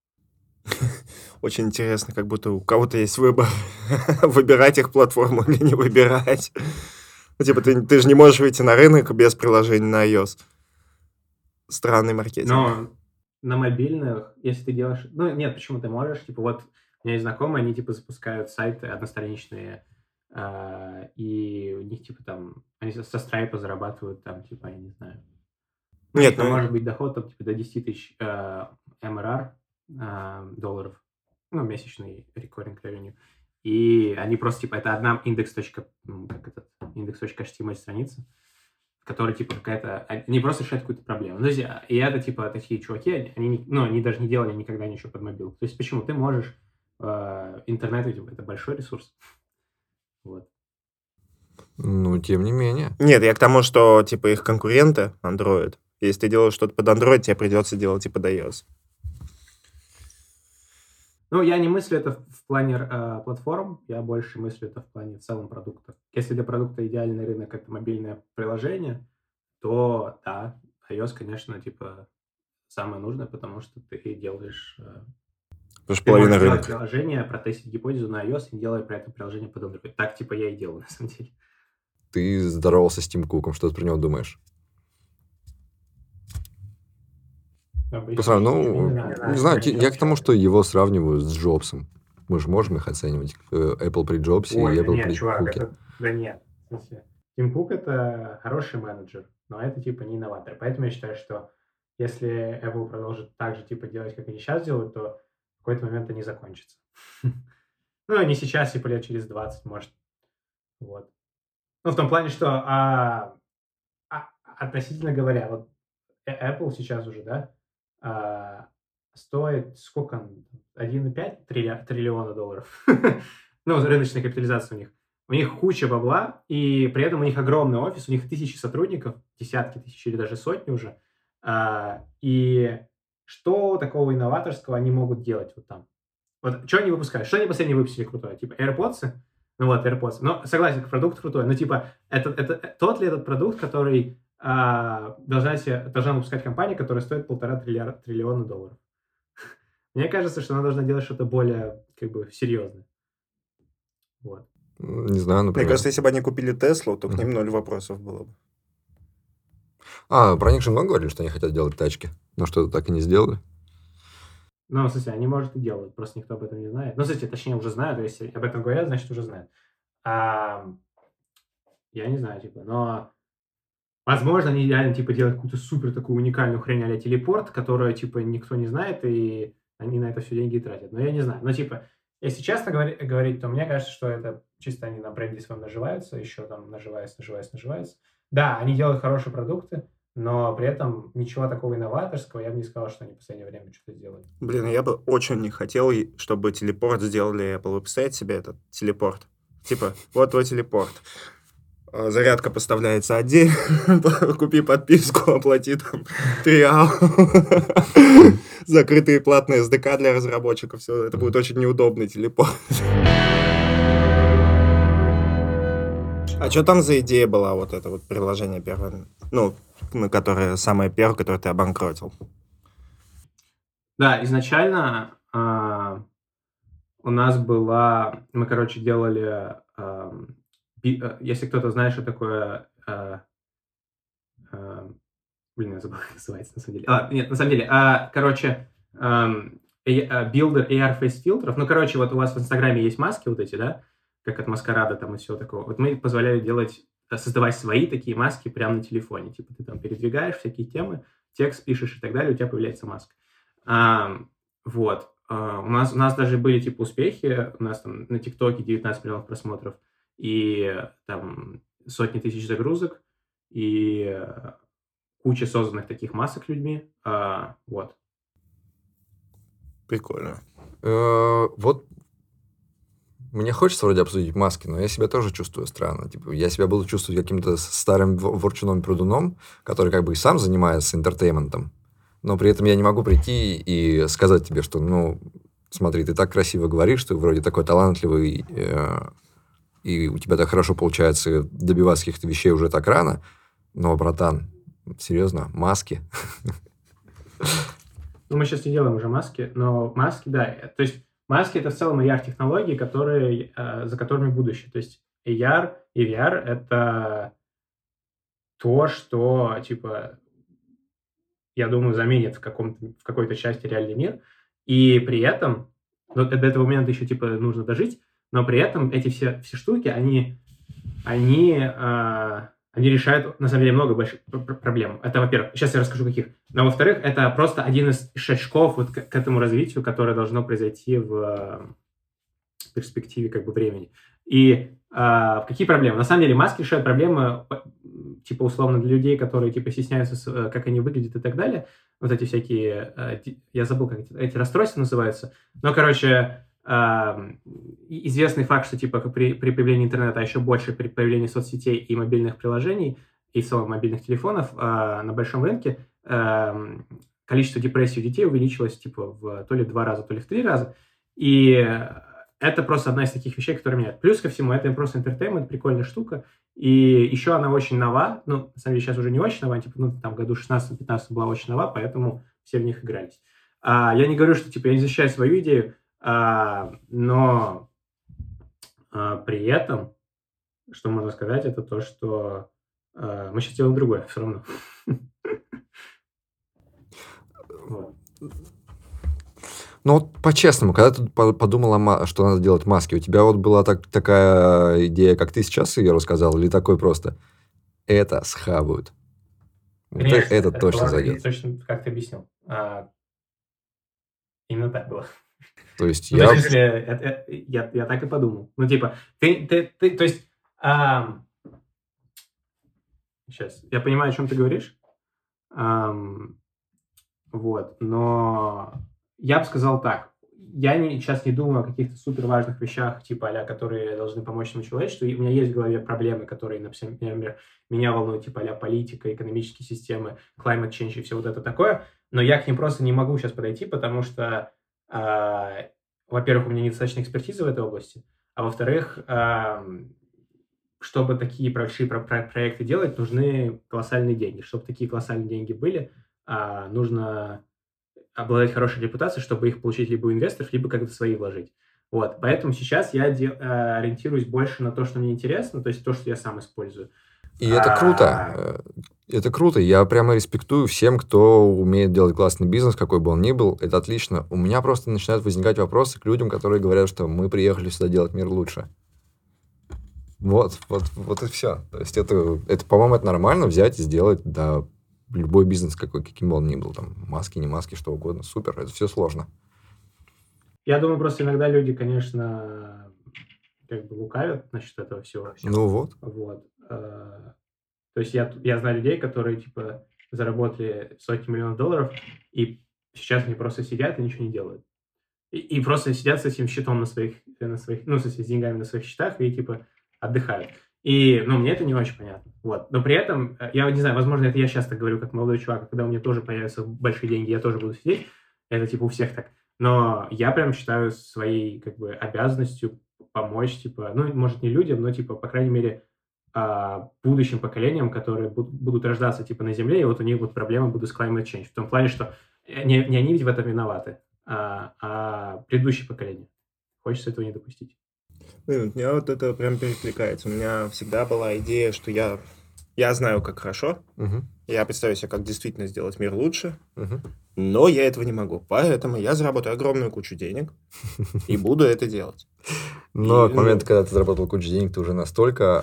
Очень интересно, как будто у кого-то есть выбор, выбирать их платформу или не выбирать. Ну, типа, ты, ты же не можешь выйти на рынок без приложения на iOS. Странный маркетинг. Но на мобильных, если ты делаешь... Ну, нет, почему ты можешь? Типа, вот у меня есть знакомые, они, типа, запускают сайты одностраничные, э, и у них, типа, там... Они со Stripe зарабатывают, там, типа, я не знаю... У Нет, них там ну- может быть доход, там, типа, до десять тысяч э, эм эр ар э, долларов. Ну, месячный recurring revenue. И они просто, типа, это одна индекс. м, Как этот, индекс.html страница, в которой, типа, какая-то... Они просто решают какую-то проблему. То есть, а, и это, типа, такие чуваки, они, они не- ну, они даже не делали никогда ничего под мобил. То есть, почему? Ты можешь... э, интернет, типа, это большой ресурс. Вот. Ну, тем не менее. Нет, я к тому, что, типа, их конкуренты Android. Если ты делаешь что-то под Android, тебе придется делать и под iOS. Ну, я не мыслю это в плане э, платформ, я больше мыслю это в плане в целом продукта. Если для продукта идеальный рынок — это мобильное приложение, то, да, iOS, конечно, типа, самое нужное, потому что ты делаешь... э, Потому что Ты половина можешь сделать рынка. приложение, протестить гипотезу на iOS, не делая при этом приложение под Android. Так, типа, я и делаю, на самом деле. Ты здоровался с Тим Куком, что ты про него думаешь? Обычно, Посмотри, я ну, не знаю, не знаю, я я к тому, что его сравнивают с Джобсом. Мы же можем их оценивать. э, Apple при Джобсе Ой, и да Apple нет, при чувак, Куке. это... Да нет, в смысле, Тим Кук — это хороший менеджер, но это, типа, не инноватор. Поэтому я считаю, что если Apple продолжит так же, типа, делать, как они сейчас делают, то в какой-то момент они закончатся. Ну, не сейчас, типа, лет через двадцать, может. Вот. Ну, в том плане, что а, а, относительно говоря, вот э- Apple сейчас уже, да, а, стоит сколько? он? один и пять трилли- триллиона долларов. Ну, рыночная капитализация у них. У них куча бабла, и при этом у них огромный офис, у них тысячи сотрудников, десятки тысяч или даже сотни уже. А, и что такого инноваторского они могут делать вот там? Вот что они выпускают? Что они последние выпустили крутое? Типа AirPods? Ну вот, AirPods. Но согласен, продукт крутой. Но типа, это, это тот ли этот продукт, который а, должна, себе, должна выпускать компания, которая стоит полтора триллиона, триллиона долларов? Мне кажется, что она должна делать что-то более, как бы, серьезное. Вот. Не знаю, Мне например. кажется, если бы они купили Теслу, то к ним Мгм. ноль вопросов было бы. А, про них же много говорили, что они хотят делать тачки. Но что-то так и не сделали. Ну, в смысле, они, может, и делают, просто никто об этом не знает. Ну, в смысле, точнее, уже знают, если об этом говорят, значит, уже знают. А, я не знаю, типа, но... Возможно, они реально, типа, делают какую-то супер такую уникальную хрень а-ля телепорт, которую, типа, никто не знает, и они на это все деньги тратят. Но я не знаю. Но, типа, если честно говори- говорить, то мне кажется, что это чисто они на бренде своем наживаются, еще там наживаются, наживаются, наживаются. Да, они делают хорошие продукты, но при этом ничего такого инноваторского я бы не сказал, что они в последнее время что-то сделали. Блин, я бы очень не хотел, и- чтобы телепорт сделали Apple. Вы представляете себе этот телепорт? Типа, вот твой телепорт. А, Зарядка поставляется отдельно. Купи подписку, оплати там триал. Закрытые платные эс ди кей для разработчиков. Все, это будет очень неудобный телепорт. А что там за идея была, вот это вот приложение первое? Ну, на которое самое первое, которое ты обанкротил. Да, изначально а, у нас была... Мы, короче, делали... ам, би- э, если кто-то знает, что такое... а, а, блин, я забыл, как называется, на самом деле. А, нет, на самом деле. а, короче, ам, э- а, билдер эй ар-фейс фильтров. Ну, короче, вот у вас в Инстаграме есть маски вот эти, да? Как от Маскарада там и всего такого. Вот мы позволяли делать, э, создавать свои такие маски прямо на телефоне. Типа ты там передвигаешь всякие темы, текст пишешь и так далее, у тебя появляется маска. Ам, вот. А, у нас, у нас даже были, типа, успехи. У нас там на ТикТоке девятнадцать миллионов просмотров и э, там сотни тысяч загрузок и э, куча созданных таких масок людьми. А, вот. Прикольно. Э, Вот Мне хочется вроде обсудить маски, но я себя тоже чувствую странно. Типа, я себя буду чувствовать каким-то старым ворчуном-прудуном, который как бы и сам занимается интертейментом, но при этом я не могу прийти и сказать тебе, что, ну, смотри, ты так красиво говоришь, ты вроде такой талантливый, э, и у тебя так хорошо получается добиваться каких-то вещей уже так рано, но, братан, серьезно, маски? Ну, мы сейчас не делаем уже маски, но маски, да, то есть маски — это в целом эй ар-технологии, которые, э, за которыми будущее. То есть эй ар и ви ар — это то, что, типа, я думаю, заменит в, каком-то, в какой-то части реальный мир. И при этом, ну, до этого момента еще, типа, нужно дожить, но при этом эти все, все штуки, они, они, э, они решают, на самом деле, много больших проблем. Это, во-первых, сейчас я расскажу, каких. Но, во-вторых, это просто один из шажков вот к, к этому развитию, которое должно произойти в перспективе как бы времени. И э, какие проблемы? На самом деле маски решают проблемы, типа, условно, для людей, которые, типа, стесняются, как они выглядят и так далее. Вот эти всякие, э, я забыл, как эти, эти расстройства называются. Но, короче, э, известный факт, что, типа, при, при появлении интернета, а еще больше при появлении соцсетей и мобильных приложений, и в целом мобильных телефонов э, на большом рынке э, количество депрессий у детей увеличилось, типа, в то ли в два раза, то ли в три раза. И это просто одна из таких вещей, которые меняют. Плюс ко всему, это просто интертеймент, прикольная штука. И еще она очень нова. Ну, на самом деле, сейчас уже не очень нова. Типа, ну, там, в году шестнадцатом-пятнадцатом была очень нова, поэтому все в них игрались. А, я не говорю, что, типа, я не защищаю свою идею, а, но а, при этом, что можно сказать, это то, что а, мы сейчас делаем другое все равно. Ну, вот по-честному, когда ты подумала, что надо делать маски, у тебя вот была так, такая идея, как ты сейчас ее рассказал, или такой просто «это схавают»? Конечно, вот это, это точно было, зайдет. Точно, как ты объяснил. А, именно так было. То есть ну, я... То есть, если, это, это, я... Я так и подумал. Ну, типа, ты... ты, ты то есть... А... Сейчас. Я понимаю, о чем ты говоришь. А... Вот. Но... Я бы сказал так. Я не, сейчас не думаю о каких-то супер важных вещах, типа а-ля, которые должны помочь всему человечеству. И у меня есть в голове проблемы, которые, например, меня волнуют, типа а-ля политика, экономические системы, climate change и все вот это такое. Но я к ним просто не могу сейчас подойти, потому что, э, во-первых, у меня недостаточно экспертизы в этой области, а во-вторых, э, чтобы такие большие про- про- проекты делать, нужны колоссальные деньги. Чтобы такие колоссальные деньги были, э, нужно... обладать хорошей репутацией, чтобы их получить либо у инвесторов, либо как-то свои вложить. Вот. Поэтому сейчас я де- ориентируюсь больше на то, что мне интересно, то есть то, что я сам использую. И это А... круто. Это круто. Я прямо респектую всем, кто умеет делать классный бизнес, какой бы он ни был. Это отлично. У меня просто начинают возникать вопросы к людям, которые говорят, что мы приехали сюда делать мир лучше. Вот, вот, вот и все. То есть это, это, по-моему, это нормально взять и сделать, да, любой бизнес, какой, каким бы он ни был, там, маски, не маски, что угодно, супер, это все сложно. Я думаю, просто иногда люди, конечно, как бы лукавят насчет этого всего. Ну вот. Вот. То есть я, я знаю людей, которые, типа, заработали сотни миллионов долларов, и сейчас они просто сидят и ничего не делают. И, и просто сидят с этим счетом на своих, на своих, ну, с деньгами на своих счетах и, типа, отдыхают. И, ну, мне это не очень понятно. Вот. Но при этом, я не знаю, возможно, это я сейчас так говорю, как молодой чувак, когда у меня тоже появятся большие деньги, я тоже буду сидеть. Это, типа, у всех так. Но я прям считаю своей, как бы, обязанностью помочь, типа, ну, может, не людям, но, типа, по крайней мере, будущим поколениям, которые будут рождаться, типа, на Земле, и вот у них вот проблемы будут с climate change. В том плане, что не, не они ведь в этом виноваты, а, а предыдущее поколение. Хочется этого не допустить. Блин, у меня вот это прям перекликается. У меня всегда была идея, что я, я знаю, как хорошо. Угу. Я представляю себе, как действительно сделать мир лучше. Угу. Но я этого не могу. Поэтому я заработаю огромную кучу денег и буду это делать. Но к моменту, когда ты заработал кучу денег, ты уже настолько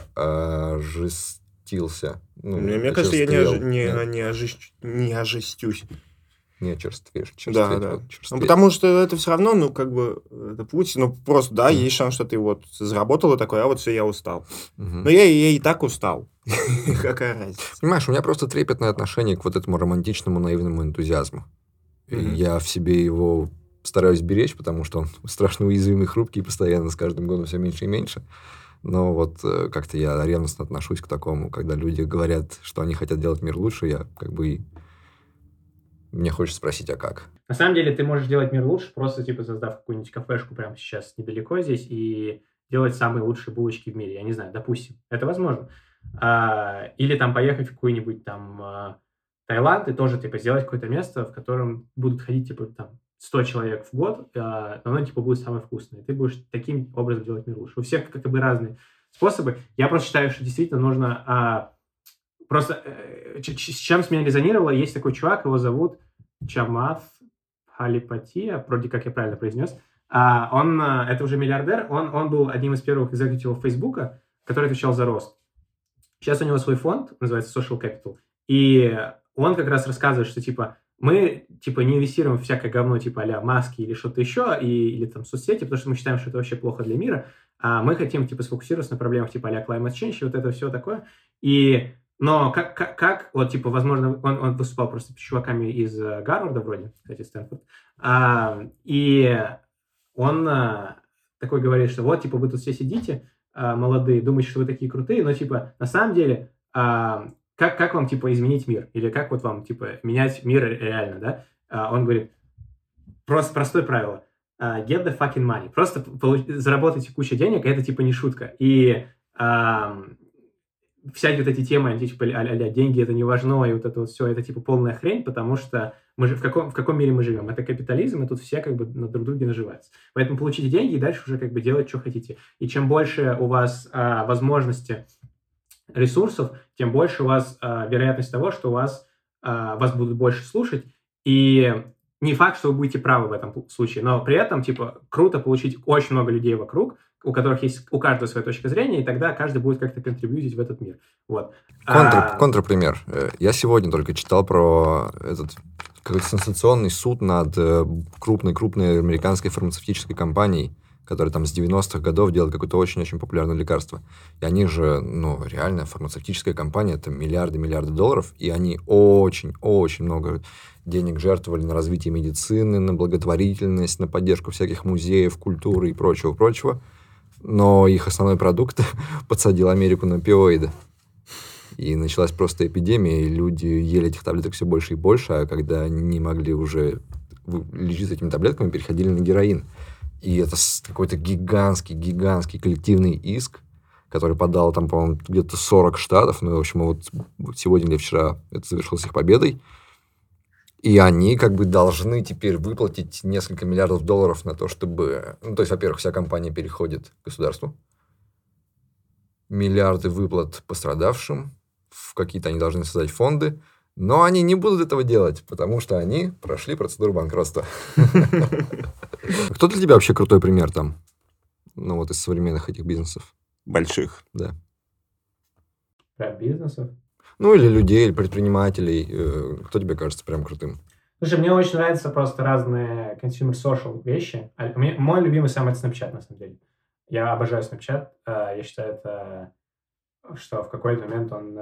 ожестился. Ну, мне, мне кажется, я не, ож... не, не, ожест... не ожестюсь. Не, черствеешь. Да, да. Ну, потому что это все равно, ну, как бы, это путь, ну, просто, да, mm. есть шанс, что ты вот заработал и такой, а вот все, я устал. Mm-hmm. Но я, я и так устал. Какая разница? Понимаешь, у меня просто трепетное отношение к вот этому романтичному, наивному энтузиазму. Я в себе его стараюсь беречь, потому что он страшно уязвимый, хрупкий, и постоянно с каждым годом все меньше и меньше. Но вот э, как-то я ревностно отношусь к такому, когда люди говорят, что они хотят делать мир лучше, я как бы... Мне хочется спросить, а как? На самом деле ты можешь делать мир лучше, просто типа создав какую-нибудь кафешку прямо сейчас недалеко здесь и делать самые лучшие булочки в мире. Я не знаю, допустим, это возможно. А, или там поехать в какой-нибудь там а, Таиланд и тоже типа сделать какое-то место, в котором будут ходить типа там сто человек в год, а, но оно типа будет самое вкусное. И ты будешь таким образом делать мир лучше. У всех как бы разные способы. Я просто считаю, что действительно нужно... А, просто э, с чем с меня резонировало, есть такой чувак, его зовут Чамат Халипатия, вроде как я правильно произнес. А, он, это уже миллиардер, он, он был одним из первых экзекутивов Фейсбука, который отвечал за рост. Сейчас у него свой фонд, называется Social Capital, и он как раз рассказывает, что типа мы типа не инвестируем в всякое говно типа а-ля маски или что-то еще, и, или там соцсети, потому что мы считаем, что это вообще плохо для мира, а мы хотим типа сфокусироваться на проблемах типа а-ля climate change и вот это все такое. И Но как, как, как, вот, типа, возможно, он, он выступал просто с чуваками из Гарварда вроде, кстати, Стэнфорд, а, и он а, такой говорит, что вот, типа, вы тут все сидите, а, молодые, думаете, что вы такие крутые, но, типа, на самом деле, а, как, как вам, типа, изменить мир? Или как вот вам, типа, менять мир реально, да? А, он говорит, просто простое правило, get the fucking money, просто получ- заработайте кучу денег, и это, типа, не шутка. И... А, всякие вот эти темы, типа, а-ля деньги, это не важно, и вот это вот все, это типа полная хрень, потому что мы же в каком, в каком мире мы живем? Это капитализм, и тут все как бы на друг друге наживаются. Поэтому получите деньги и дальше уже как бы делать, что хотите. И чем больше у вас а, возможности ресурсов, тем больше у вас а, вероятность того, что у вас, а, вас будут больше слушать. И не факт, что вы будете правы в этом случае, но при этом, типа, круто получить очень много людей вокруг, у которых есть у каждого своя точка зрения, и тогда каждый будет как-то контрибьютить в этот мир. Вот. Контр, а... Контрпример. Я сегодня только читал про этот какой-то сенсационный суд над крупной-крупной американской фармацевтической компанией, которая там с девяностых годов делает какое-то очень-очень популярное лекарство. И они же, ну, реально, фармацевтическая компания, это миллиарды-миллиарды долларов, и они очень-очень много денег жертвовали на развитие медицины, на благотворительность, на поддержку всяких музеев, культуры и прочего-прочего. Но их основной продукт подсадил Америку на опиоиды. И началась просто эпидемия, и люди ели этих таблеток все больше и больше, а когда они не могли уже лечиться этими таблетками, переходили на героин. И это какой-то гигантский, гигантский коллективный иск, который подал там, по-моему, где-то сорок штатов. Ну, в общем, вот сегодня или вчера это завершилось их победой. И они как бы должны теперь выплатить несколько миллиардов долларов на то, чтобы... Ну, то есть, во-первых, вся компания переходит к государству. Миллиарды выплат пострадавшим. В какие-то они должны создать фонды. Но они не будут этого делать, потому что они прошли процедуру банкротства. Кто для тебя вообще крутой пример там? Ну, вот из современных этих бизнесов. Больших. Да. Прям бизнесов? Ну, или людей, или предпринимателей. Кто тебе кажется прям крутым? Слушай, мне очень нравятся просто разные consumer social вещи. Мой любимый сам это Snapchat, на самом деле. Я обожаю Snapchat. Я считаю, это, что в какой-то момент он...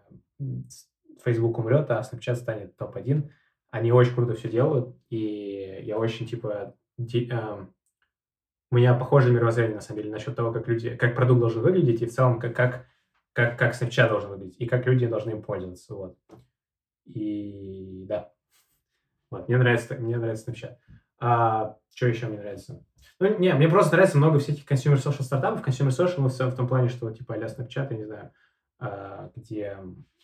Facebook умрет, а Snapchat станет топ один. Они очень круто все делают. И я очень, типа... Ди, э, у меня похожее мировоззрение, на самом деле, насчет того, как люди... Как продукт должен выглядеть, и в целом, как... как Как, как Snapchat должен выглядеть, и как люди должны им пользоваться. Вот. И да. Вот, мне нравится, мне нравится Snapchat. А, что еще мне нравится? Ну, не, мне просто нравится много всяких consumer social стартапов. Consumer social ну, в том плане, что типа а-ля Snapchat, я не знаю, а, где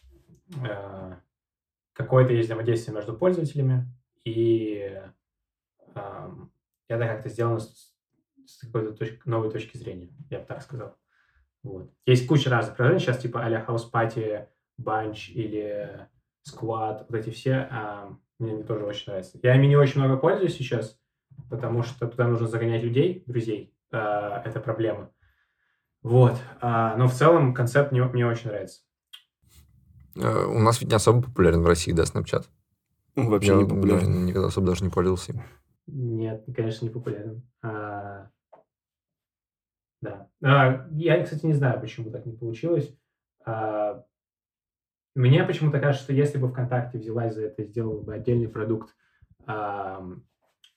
а, какое-то есть взаимодействие между пользователями, и а, это как-то сделано с, с какой-то точки, новой точки зрения, я бы так сказал. Вот. Есть куча разных приложений сейчас, типа а-ля House Party, Bunch или Squad, вот эти все, а, мне они тоже очень нравятся. Я ими не очень много пользуюсь сейчас, потому что туда нужно загонять людей, друзей, а, это проблема. Вот. А, но в целом концепт мне, мне очень нравится. А, у нас ведь не особо популярен в России, да, Snapchat? Вообще Я не популярен. никогда особо даже не пользовался им. Нет, конечно, не популярен. А... Да. А, я, кстати, не знаю, почему так не получилось. А, мне почему-то кажется, что если бы ВКонтакте взялась за это и сделала бы отдельный продукт, а,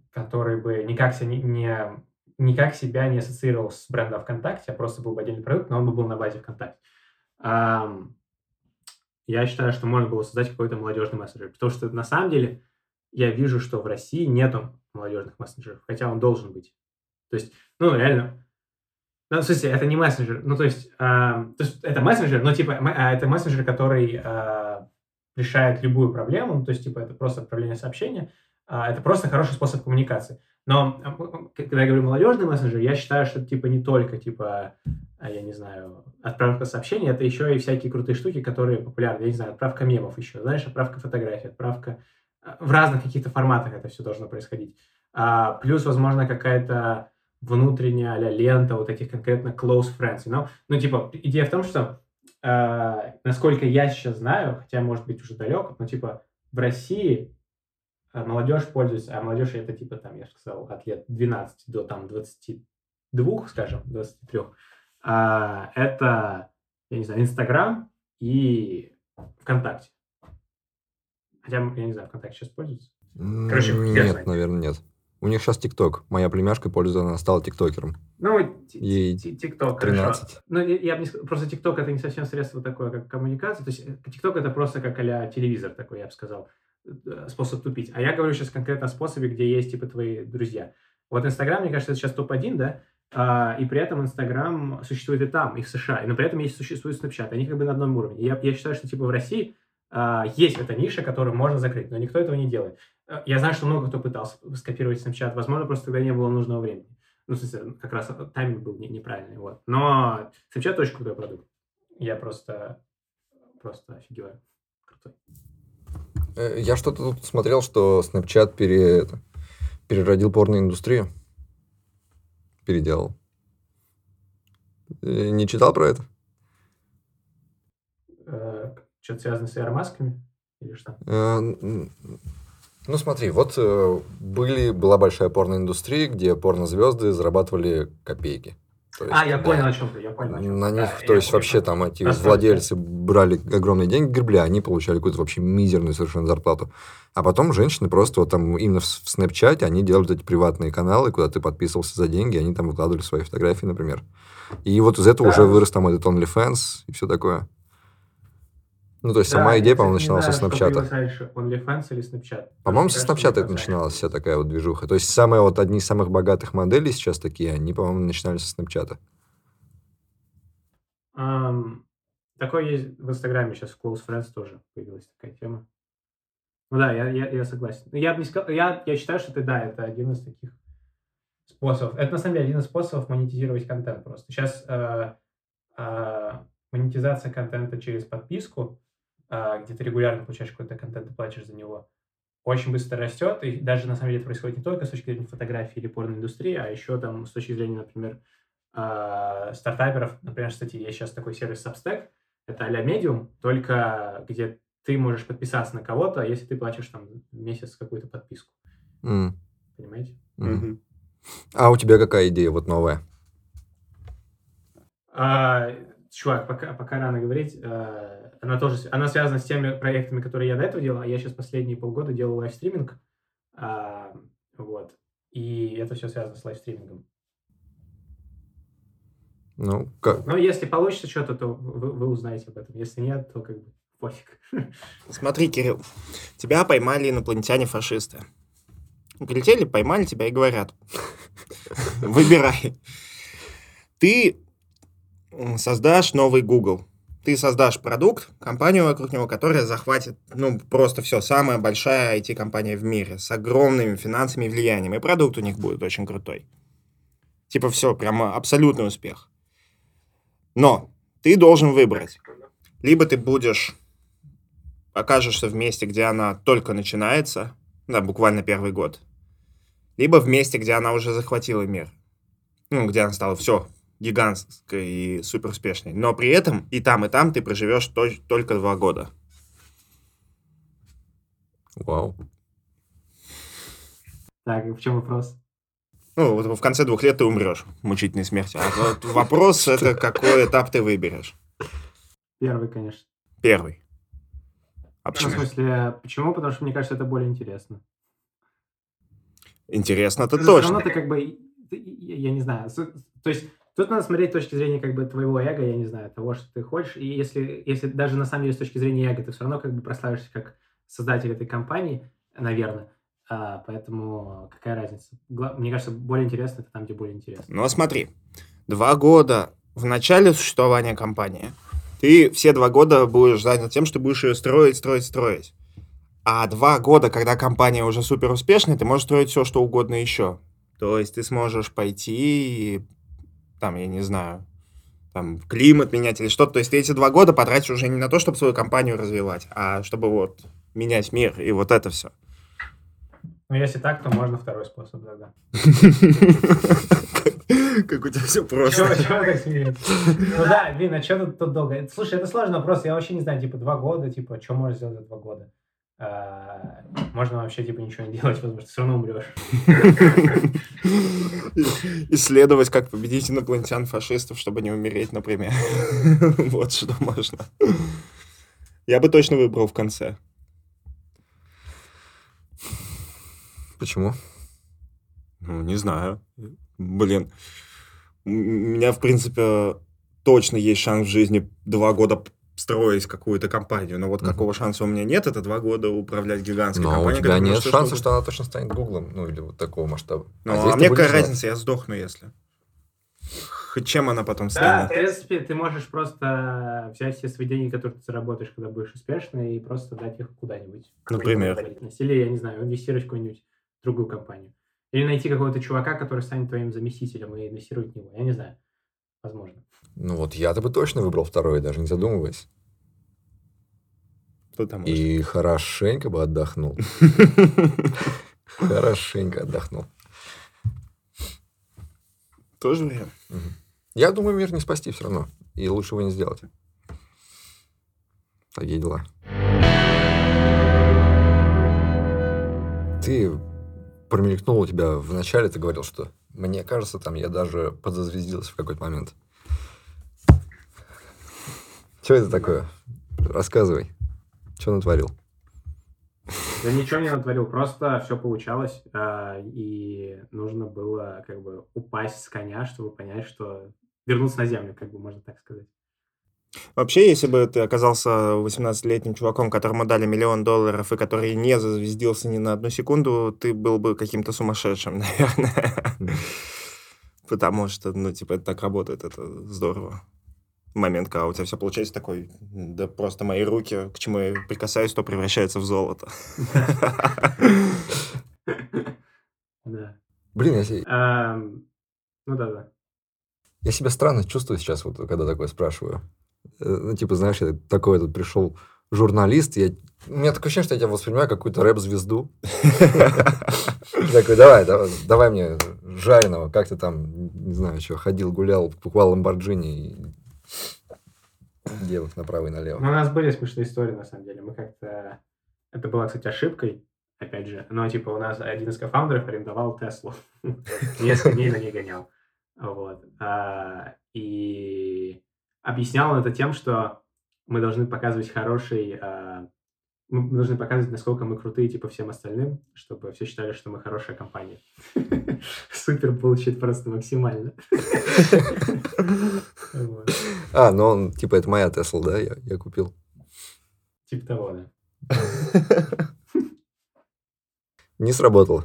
который бы никак себя не, не, никак себя не ассоциировал с брендом ВКонтакте, а просто был бы отдельный продукт, но он бы был на базе ВКонтакте. Um, я считаю, что можно было создать какой-то молодежный мессенджер, потому что на самом деле я вижу, что в России нету молодежных мессенджеров, хотя он должен быть. То есть, ну, реально, ну, в смысле, это не мессенджер, ну, то есть, э, то есть это мессенджер, но, типа, э, это мессенджер, который э, решает любую проблему, ну, то есть, типа, это просто отправление сообщения, э, это просто хороший способ коммуникации. Но, э, когда я говорю молодежный мессенджер, я считаю, что это, типа, не только, типа, э, я не знаю, отправка сообщений, это еще и всякие крутые штуки, которые популярны, я не знаю, отправка мемов еще, знаешь, отправка фотографий, отправка... В разных каких-то форматах это все должно происходить. А, плюс, возможно, какая-то внутренняя а-ля лента вот этих конкретно close friends. You know? Ну, типа, идея в том, что, э, насколько я сейчас знаю, хотя, может быть, уже далек, но, типа, в России молодежь пользуется, а молодежь это, типа, там, я же сказал, от лет двенадцати до, там, двадцати двух, скажем, двадцати трёх. А, это, я не знаю, Инстаграм и ВКонтакте. Хотя, я не знаю, ВКонтакте сейчас пользуется? Короче, нет, знает. наверное, нет. У них сейчас ТикТок. Моя племяшка пользуется, она стала тиктокером. Ну, ТикТок, хорошо. тринадцать. Ну, я бы не сказал, просто ТикТок это не совсем средство такое, как коммуникация. То есть ТикТок это просто как а-ля телевизор такой, я бы сказал, способ тупить. А я говорю сейчас конкретно о способе, где есть, типа, твои друзья. Вот Инстаграм, мне кажется, это сейчас топ один, да? А, и при этом Инстаграм существует и там, и в США. Но при этом есть существует Снапчат. Они как бы на одном уровне. Я, я считаю, что, типа, в России Uh, есть эта ниша, которую можно закрыть, но никто этого не делает. Uh, я знаю, что много кто пытался скопировать Snapchat, возможно, просто тогда не было нужного времени. Ну, в смысле, как раз тайминг был не, неправильный, вот. Но Snapchat очень крутой продукт. Я просто, просто офигеваю. Крутой. Я что-то тут смотрел, что Snapchat пере... переродил порноиндустрию. Переделал. Не читал про это? Uh, Что-то связано с аэромасками? Или что? Ну, смотри, вот были, была большая порноиндустрия, где порнозвезды зарабатывали копейки. То есть, а, я да, понял, о чем ты, я понял, о чем. На них, да, то есть, вообще там эти владельцы брали огромные деньги, гребли, а они получали какую-то вообще мизерную совершенно зарплату. А потом женщины просто вот там именно в Снэпчате, они делали эти приватные каналы, куда ты подписывался за деньги, они там выкладывали свои фотографии, например. И вот из этого да. уже вырос там этот OnlyFans и все такое. Ну, то есть, да, сама идея, по-моему, начиналась со Снапчата. Раньше, OnlyFans или Snapchat? По-моему, со Снапчата это начиналась вся такая вот движуха. То есть, самые вот одни из самых богатых моделей сейчас такие, они, по-моему, начинались со Снапчата. Um, такое есть в Инстаграме сейчас, в Close Friends тоже появилась такая тема. Ну да, я, я, я согласен. Я, не сказал, я, я считаю, что это, да, это один из таких способов. Это, на самом деле, один из способов монетизировать контент просто. Сейчас э, э, монетизация контента через подписку, где ты регулярно получаешь какой-то контент и платишь за него, очень быстро растет. И даже, на самом деле, это происходит не только с точки зрения фотографии или порноиндустрии, а еще там с точки зрения, например, стартаперов. Например, кстати, есть сейчас такой сервис Substack. Это а-ля Medium, только где ты можешь подписаться на кого-то, если ты платишь там в месяц какую-то подписку. Mm. Понимаете? Mm-hmm. А у тебя какая идея вот новая? А, чувак, пока, пока рано говорить. А, она тоже она связана с теми проектами, которые я до этого делал. А я сейчас последние полгода делал лайвстриминг. А, вот. И это все связано с лайвстримингом. Ну, как? Но если получится что-то, то вы, вы узнаете об этом. Если нет, то как бы пофиг. Смотри, Кирилл, тебя поймали инопланетяне-фашисты. Прилетели, поймали тебя и говорят: выбирай. Ты создашь новый Google. Ты создашь продукт, компанию вокруг него, которая захватит, ну, просто все, самая большая ай ти-компания в мире, с огромными финансами и влиянием. И продукт у них будет очень крутой. Типа все, прямо абсолютный успех. Но ты должен выбрать. Либо ты будешь, окажешься в месте, где она только начинается, да, буквально первый год, либо в месте, где она уже захватила мир. Ну, где она стала все гигантской и супер успешной. Но при этом и там, и там ты проживешь то- только два года. Вау. Так, и в чем вопрос? Ну, вот в конце двух лет ты умрешь мучительной смертью. А вот вопрос — это какой этап ты выберешь? Первый, конечно. Первый. А Ну, в почему? смысле, почему? Потому что, мне кажется, это более интересно. Интересно-то Все равно точно. ты как бы, ты- я не знаю, с- то есть тут надо смотреть с точки зрения как бы твоего эго, я не знаю, того, что ты хочешь, и если, если даже на самом деле с точки зрения эго, ты все равно как бы прославишься как создатель этой компании, наверное, А, поэтому какая разница? Гла- Мне кажется, более интересно это там, где более интересно. Ну, а смотри, два года в начале существования компании, ты все два года будешь занят тем, что будешь ее строить, строить, строить. А два года, когда компания уже супер успешная, ты можешь строить все, что угодно еще. То есть ты сможешь пойти и, там, я не знаю, там, климат менять или что-то. То есть ты эти два года потратишь уже не на то, чтобы свою компанию развивать, а чтобы вот менять мир и вот это все. Ну, если так, то можно второй способ, да-да. Как у тебя все Чего, просто. чего так смеетесь? Ну да, блин, а что тут, тут долго? Слушай, это сложный вопрос, я вообще не знаю, типа, два года, типа, что можно сделать за два года? А, можно вообще, типа, ничего не делать, потому что все равно умрешь. Исследовать, как победить инопланетян-фашистов, чтобы не умереть, например. Вот что можно. Я бы точно выбрал в конце. Почему? Ну, не знаю. Блин. У меня, в принципе, точно есть шанс в жизни два года строить какую-то компанию. Но вот Мгм. какого шанса у меня нет, это два года управлять гигантской Но у компанией. тебя которая нет может что шанса, угодно. что она точно станет Гуглом, ну или вот такого масштаба. Ну, здесь а ты мне будешь какая знать. разница, я сдохну, если. Хоть чем она потом Да, станет. в принципе, ты можешь просто взять все свои деньги, которые ты заработаешь, когда будешь успешный, и просто дать их куда-нибудь. Например. Какую-нибудь Или, я не знаю, инвестировать в какую-нибудь другую компанию. Или найти какого-то чувака, который станет твоим заместителем, и инвестировать в него. Я не знаю. Возможно. Ну вот я-то бы точно выбрал второй, даже не задумываясь. Потому И хорошенько бы отдохнул. Хорошенько отдохнул. Тоже вариант. Мгм. Я думаю, мир не спасти все равно. И лучше его не сделать. Такие дела. Ты промелькнул у тебя в начале, ты говорил, что мне кажется, там я даже подзазвездился в какой-то момент. Что это такое? Рассказывай. Что натворил? Я ничего не натворил, просто все получалось, а, и нужно было как бы упасть с коня, чтобы понять, что вернуться на землю, как бы можно так сказать. Вообще, если бы ты оказался восемнадцатилетним чуваком, которому дали миллион долларов, и который не зазвездился ни на одну секунду, ты был бы каким-то сумасшедшим, наверное. Потому что, ну, типа, это так работает, это здорово. Момент, когда у тебя все получается такой, да просто мои руки, к чему я прикасаюсь, то превращается в золото. Да. Блин, я, се- Ам, Ну да-да. я себя странно чувствую сейчас, вот, когда такое спрашиваю. Э, Ну, типа, знаешь, я такой тут пришел журналист, я... у меня такое ощущение, что я тебя воспринимаю как какую-то рэп-звезду. Такой, давай, давай, давай мне жареного, как ты там, не знаю, что, ходил, гулял, покупал Ламборджини и девок направо и Ну, налево. у нас были смешные истории, на самом деле. Мы как-то... Это была, кстати, ошибкой, опять же. Но, типа, у нас один из кофаундеров арендовал Теслу. Несколько дней на ней гонял. Вот. А, И объяснял он это тем, что мы должны показывать хороший... а, Мы должны показывать, насколько мы крутые, типа, всем остальным, чтобы все считали, что мы хорошая компания. Супер получит просто максимально. Вот. А, ну он, типа, это моя Тесла, да, я, я купил. Типа того, да. Ну, Не сработало.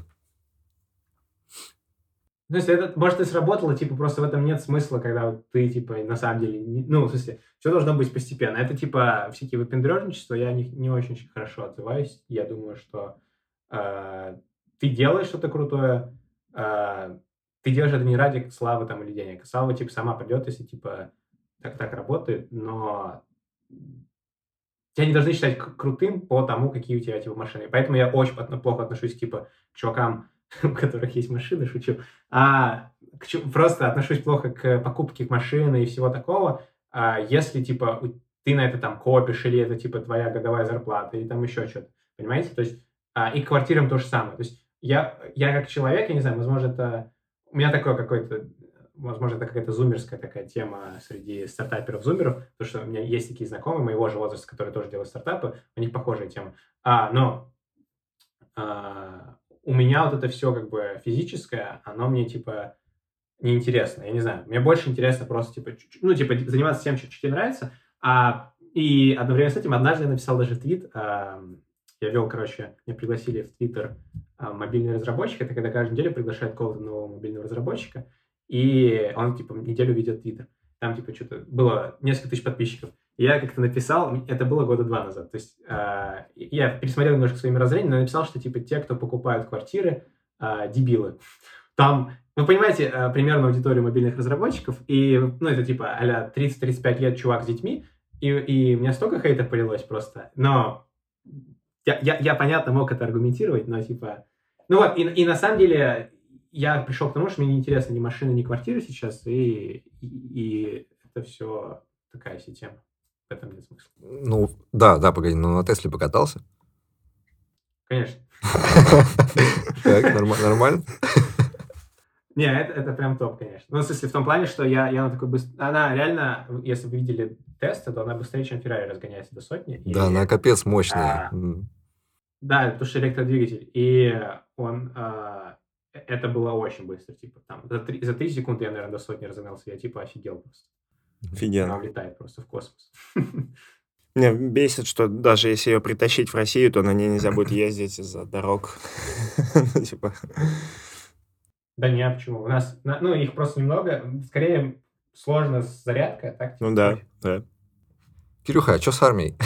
То есть это, может, и сработало, типа, просто в этом нет смысла, когда вот ты, типа, на самом деле, не- ну, в смысле, все должно быть постепенно. Это, типа, всякие выпендрежничества, я не, не очень хорошо отзываюсь. Я думаю, что э, ты делаешь что-то крутое, э, ты делаешь это не ради славы там или денег. Слава, типа, сама придет, если, типа, так так работает, но тебя не должны считать к- крутым по тому, какие у тебя, типа, машины. Поэтому я очень отно- плохо отношусь, типа, к чувакам, у которых есть машины, шучу, а к чу- просто отношусь плохо к покупке машины и всего такого, а если, типа, у- ты на это там копишь, или это, типа, твоя годовая зарплата, или там еще что-то, понимаете? То есть, а, и к квартирам то же самое. То есть, я, я как человек, я не знаю, возможно, это... У меня такое какое-то... Возможно, это какая-то зумерская такая тема среди стартаперов-зумеров, потому что у меня есть такие знакомые моего же возраста, которые тоже делают стартапы, у них похожая тема. А, но а, у меня вот это все как бы физическое, оно мне, типа, неинтересно. Я не знаю, мне больше интересно просто, типа, чуть-чуть, ну, типа, заниматься тем, что тебе нравится. А, и одновременно с этим однажды я написал даже твит. А, я вел, короче, меня пригласили в Твиттер а, мобильный разработчик. Это когда каждую неделю приглашают какого-то нового мобильного разработчика. И он, типа, неделю ведет Твиттер. Там, типа, что-то было несколько тысяч подписчиков. И я как-то написал, это было года два назад. То есть э, я пересмотрел немножко свои мировоззрения, но написал, что, типа, те, кто покупают квартиры, э, дебилы. Там, вы понимаете, э, примерно аудиторию мобильных разработчиков, и, ну, это, типа, а-ля тридцать-тридцать пять лет чувак с детьми, и, и у меня столько хейта полилось просто. Но я, я, я, понятно, мог это аргументировать, но, типа... Ну вот, и, и на самом деле я пришел к тому, что мне не интересно ни машины, ни квартиры сейчас, и, и, и это все такая себе тема. В этом нет смысла. Ну, да, да, погоди, но на Тесле покатался? Конечно. Так, нормально? Не, это, это прям топ, конечно. Ну, в смысле, в том плане, что я, я на такой быстр... Она реально, если вы видели тесты, то она быстрее, чем Ferrari разгоняется до сотни. Да, и... она капец мощная. А, да, потому что электродвигатель. И он... А, это было очень быстро. Типа, там, за, три, за три секунды я, наверное, до сотни разогнался. Я, типа, офигел просто. Офигенно. Она улетает просто в космос. Меня бесит, что даже если ее притащить в Россию, то на ней нельзя будет ездить из-за дорог. Типа... Да нет, почему? У нас, ну, их просто немного. Скорее, сложно с зарядкой, а так... Ну да, да. Кирюха, а что с армией?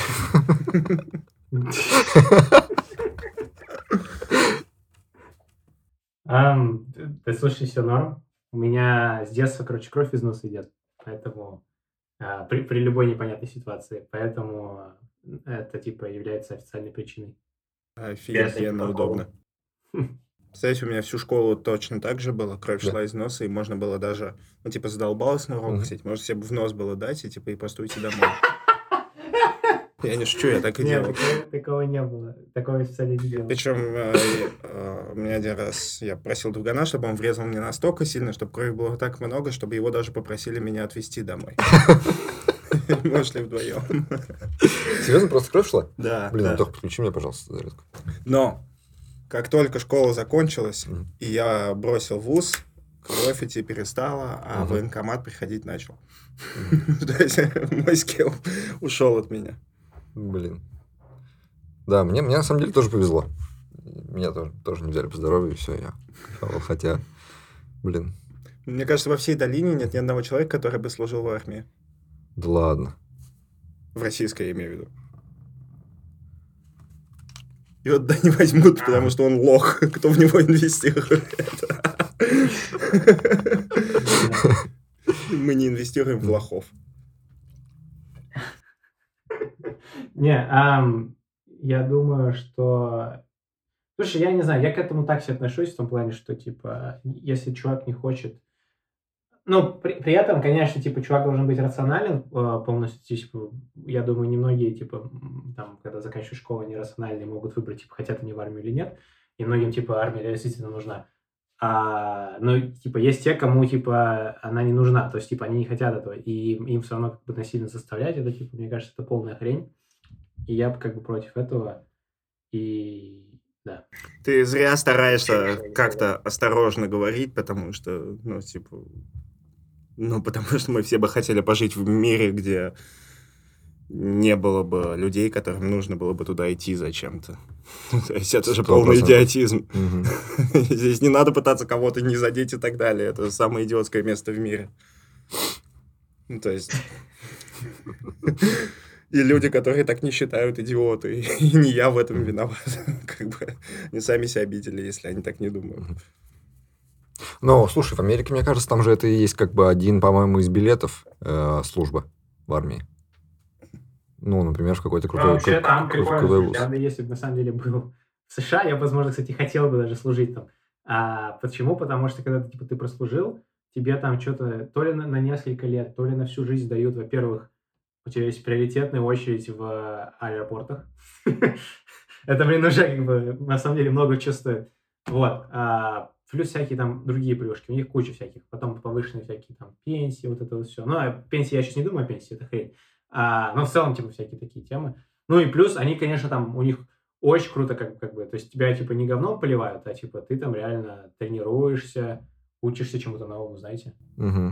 Да, слушай, все норм. У меня с детства, короче, кровь из носа идет. Поэтому... При, при любой непонятной ситуации. Поэтому это, типа, является официальной причиной. Офигенно удобно. Кстати, у меня всю школу точно так же было. Кровь да. шла из носа, и можно было даже, ну, типа, задолбалось на урок, mm-hmm. кстати, можно себе в нос было дать, и, типа, и просто уйти домой. Я не шучу, я так и Нет, делал. Такого, такого не было. Такого официально не делал. Причем э, э, у меня один раз я просил другана, чтобы он врезал мне настолько сильно, чтобы крови было так много, чтобы его даже попросили меня отвезти домой. Мы шли вдвоем. Серьезно, просто кровь шла? Да. Блин, Антох, подключи меня, пожалуйста, зарядку. Но как только школа закончилась, и я бросил вуз, кровь идти перестала, а в военкомат приходить начал. То есть мой скилл ушел от меня. Блин. Да, мне, мне на самом деле тоже повезло. Меня тоже, тоже не взяли по здоровью, и все, я кайфовал. Хотя, блин. Мне кажется, во всей долине нет ни одного человека, который бы служил в армии. Да ладно. В российской, я имею в виду. И вот да не возьмут, потому что он лох, кто в него инвестирует. Мы не инвестируем в лохов. Не, um, я думаю, что... Слушай, я не знаю, я к этому так себе отношусь, в том плане, что, типа, если чувак не хочет... Ну, при, при этом, конечно, типа, чувак должен быть рационален э, полностью. Типа, я думаю, немногие, типа, там, когда заканчивают школу, они рациональные, могут выбрать, типа, хотят они в армию или нет. И многим, типа, армия действительно нужна. А, но, типа, есть те, кому, типа, она не нужна. То есть, типа, они не хотят этого. И им, им все равно как бы насильно заставлять. Это, типа, мне кажется, это полная хрень. И я как бы против этого. И да. Ты зря стараешься как-то осторожно говорить, потому что, ну, типа... Ну, потому что мы все бы хотели пожить в мире, где не было бы людей, которым нужно было бы туда идти зачем-то. То есть это же полный идиотизм. Здесь не надо пытаться кого-то не задеть и так далее. Это самое идиотское место в мире. Ну, то есть... И люди, которые так не считают, идиоты. И не я в этом виноват. Как бы они сами себя обидели, если они так не думают. Ну, слушай, в Америке, мне кажется, там же это и есть как бы один, по-моему, из билетов э, служба в армии. Ну, например, в какой-то крутой, ну, вообще, крутой, там крутой прикольно. вуз. Я бы, если бы, на самом деле, был в США, я, возможно, кстати, хотел бы даже служить там. А почему? Потому что, когда типа, ты прослужил, тебе там что-то то ли на, на несколько лет, то ли на всю жизнь дают, во-первых, у тебя есть приоритетная очередь в аэропортах. Это, блин, уже как бы, на самом деле, много чего стоит. Вот. Плюс всякие там другие плюшки. У них куча всяких. Потом повышенные всякие там пенсии, вот это вот все. Ну, а пенсии я сейчас не думаю о пенсии, это хрень. А, но в целом, типа, всякие такие темы. Ну и плюс, они, конечно, там, у них очень круто, как, как бы, то есть тебя, типа, не говном поливают, а, типа, ты там реально тренируешься, учишься чему-то новому, знаете, Мгм.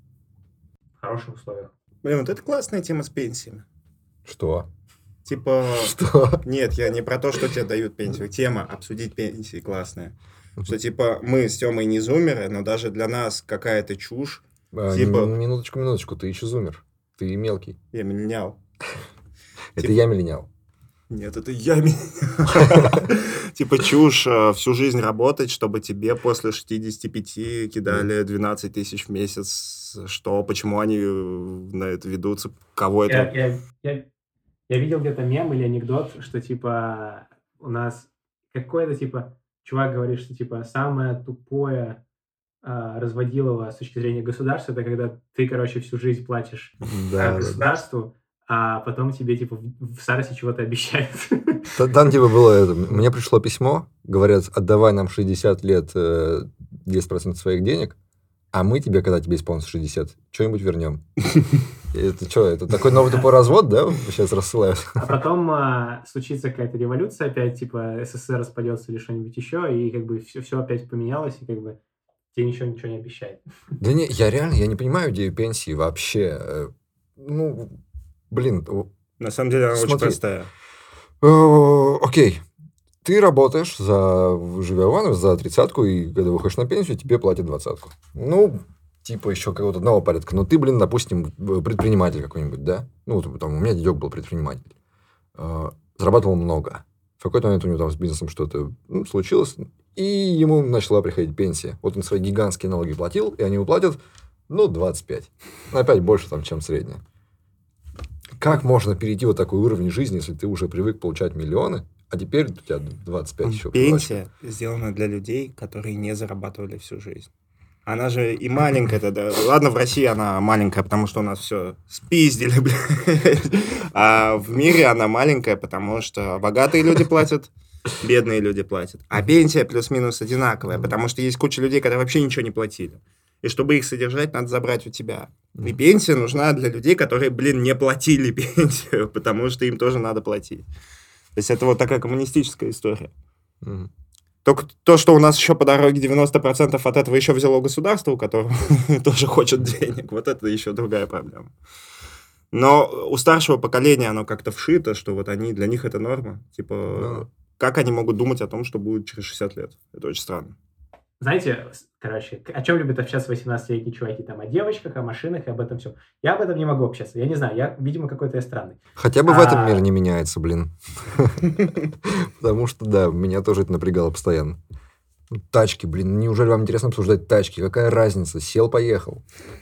в хороших условиях. Блин, вот это классная тема с пенсиями. Что? Типа, Что? нет, я не про то, что тебе дают пенсию. Тема обсудить пенсии классная. Что, типа, мы с Тёмой не зумеры, но даже для нас какая-то чушь. А, Типа- м- Минуточку, минуточку, ты еще зумер. Ты мелкий. Я миллениал. Это Типа- я миллениал. Нет, это я миллениал. Типа чушь э, всю жизнь работать, чтобы тебе после шестидесяти пяти кидали двенадцать тысяч в месяц. Что, почему они э, на это ведутся? Кого Я, это... я, я, я видел где-то мем или анекдот, что, типа, у нас какой-то, типа, чувак говорит, что, типа, самое тупое а, разводилово с точки зрения государства, это когда ты, короче, всю жизнь платишь Да, а, да, да. государству, а потом тебе, типа, в, в старости чего-то обещают. Та- Там типа было это. Мне пришло письмо, говорят, отдавай нам шестьдесят лет э, десять процентов своих денег, а мы тебе, когда тебе исполнится шестьдесят, что-нибудь вернем. И это что, это такой новый тупой развод, да, сейчас рассылают? А потом а, случится какая-то революция опять, типа, СССР распадется или что-нибудь еще, и как бы все, все опять поменялось, и как бы тебе ничего ничего не обещает. Да не, я реально, я не понимаю идею пенсии вообще. Э, Ну, блин, о- На самом деле она очень Смотри. простая. э, окей. Ты работаешь, за, живя в Иваново, за тридцатку, и когда выходишь на пенсию, тебе платят двадцатку. Ну, типа еще какого-то одного порядка. Но ты, блин, допустим, предприниматель какой-нибудь, да? Ну, вот там у меня дедек был предприниматель. Э, Зарабатывал много. В какой-то момент у него там с бизнесом что-то ну, случилось, и ему начала приходить пенсия. Вот он свои гигантские налоги платил, и они ему платят, ну, двадцать пять. Опять больше, там, чем средняя. Как можно перейти вот такой уровень жизни, если ты уже привык получать миллионы, а теперь у тебя двадцать пять еще. Пенсия сделана для людей, которые не зарабатывали всю жизнь. Она же и маленькая тогда. Ладно, в России она маленькая, потому что у нас все спиздили, блядь. А в мире она маленькая, потому что богатые люди платят, бедные люди платят. А пенсия плюс-минус одинаковая, потому что есть куча людей, которые вообще ничего не платили. И чтобы их содержать, надо забрать у тебя. И пенсия нужна для людей, которые, блин, не платили пенсию, потому что им тоже надо платить. То есть это вот такая коммунистическая история. Мгм. Только то, что у нас еще по дороге девяносто процентов от этого еще взяло государство, у которого тоже хочет денег, вот это еще другая проблема. Но у старшего поколения оно как-то вшито, что вот они, для них это норма. Типа, Да. как они могут думать о том, что будет через шестьдесят лет? Это очень странно. Знаете, с- короче, о чем любят общаться восемнадцатилетние чуваки? Там о девочках, о машинах и об этом всем. Я об этом не могу общаться. Я не знаю, я, видимо, какой-то я странный. Хотя бы в этом А. мир не меняется, блин. Потому что, да, меня тоже это напрягало постоянно. Ну, Тачки, блин, неужели вам интересно обсуждать тачки? Какая разница? Сел, поехал.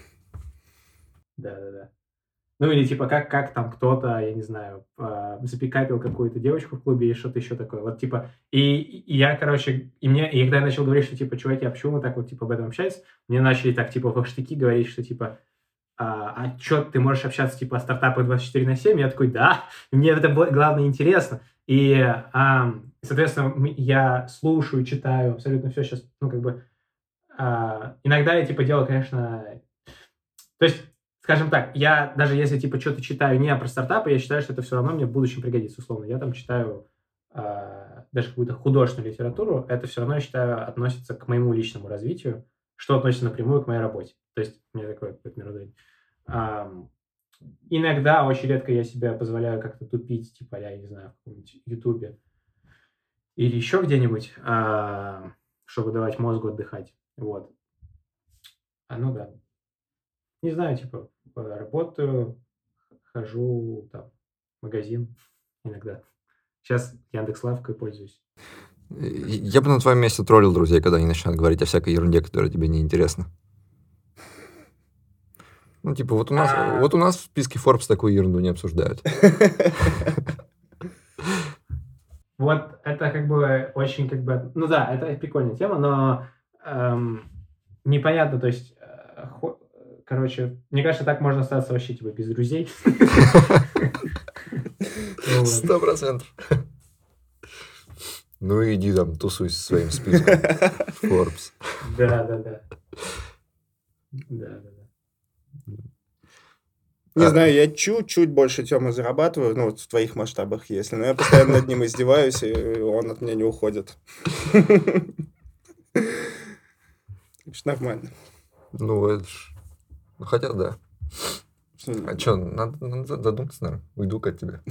Да-да-да. Ну, или типа, как, как там кто-то, я не знаю, а, запикапил какую-то девочку в клубе или что-то еще такое. Вот, типа, и, и я, короче, и мне, и когда я начал говорить, что, типа, чуваки, а почему мы так вот, типа, об этом общаемся, мне начали так, типа, в штыки говорить, что, типа, а, а что, ты можешь общаться, типа, о стартапах двадцать четыре на семь? Я такой, да, мне это было, главное, интересно. И, а, соответственно, м- я слушаю, читаю абсолютно все сейчас, ну, как бы, а, иногда я, типа, делаю, конечно, то есть, скажем так, я даже если, типа, что-то читаю не про стартапы, я считаю, что это все равно мне в будущем пригодится, условно. Я там читаю а, даже какую-то художественную литературу, это все равно, я считаю, относится к моему личному развитию, что относится напрямую к моей работе. То есть, у меня такое какое-то мировоззрение. Ам, иногда, очень редко я себе позволяю как-то тупить, типа, я не знаю, в каком-нибудь Ютубе или еще где-нибудь, а, чтобы давать мозгу отдыхать. Вот. А, ну да. Не знаю, типа, э, работаю, хожу там в магазин иногда. Сейчас Яндекс.Лавкой пользуюсь. И- Я бы на твоем месте троллил друзей, когда они начинают говорить о всякой ерунде, которая тебе не интересна. Ну, типа, вот у нас, А. вот у нас в списке Forbes такую ерунду не обсуждают. Вот это как бы очень как бы... Ну да, это прикольная тема, но эм, непонятно, то есть... э, хо- Короче, мне кажется, так можно остаться вообще типа без друзей. Вот. Сто процентов. Ну, иди там, тусуйся со своим списком Forbes. Да, да, да. Да, да, да. Не А. знаю, я чуть-чуть больше Тёмы зарабатываю, ну, вот в твоих масштабах, если, но я постоянно над ним издеваюсь, и он от меня не уходит. Так что нормально. Ну, это ж... Ну, хотя да. А что, надо, надо задуматься, наверное. Уйду-ка от тебя.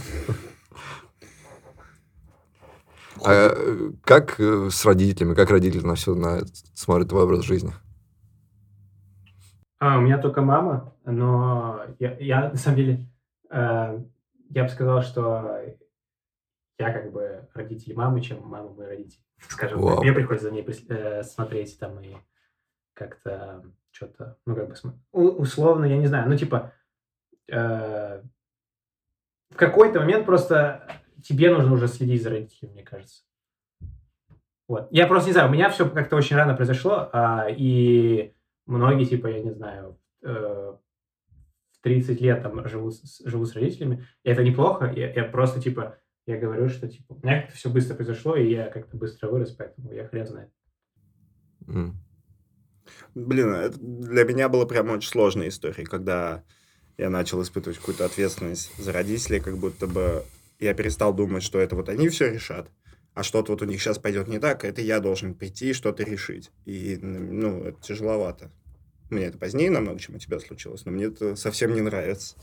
А э, как э, с родителями, как родители на все на это смотрят твой образ жизни? А, у меня только мама, но я, я, на самом деле, э, я бы сказал, что я как бы родитель мамы, чем мама мой родитель. Скажем так. Вау. Мне приходится за ней прис- э, смотреть там и как-то что-то, ну, как бы, см- у- условно, я не знаю, ну, типа, э, в какой-то момент просто тебе нужно уже следить за родителями, мне кажется. Вот. Я просто не знаю, у меня все как-то очень рано произошло, а, и многие, типа, я не знаю, э, в тридцать лет там живут, с- живут с родителями, и это неплохо, я, я просто, типа, я говорю, что, типа, у меня как-то все быстро произошло, и я как-то быстро вырос, поэтому я хрен знает. М. Блин, это для меня было прям очень сложная история, когда я начал испытывать какую-то ответственность за родителей, как будто бы я перестал думать, что это вот они все решат, а что-то вот у них сейчас пойдет не так, это я должен прийти и что-то решить. И, ну, это тяжеловато. У меня это позднее намного, чем у тебя случилось, но мне это совсем не нравится.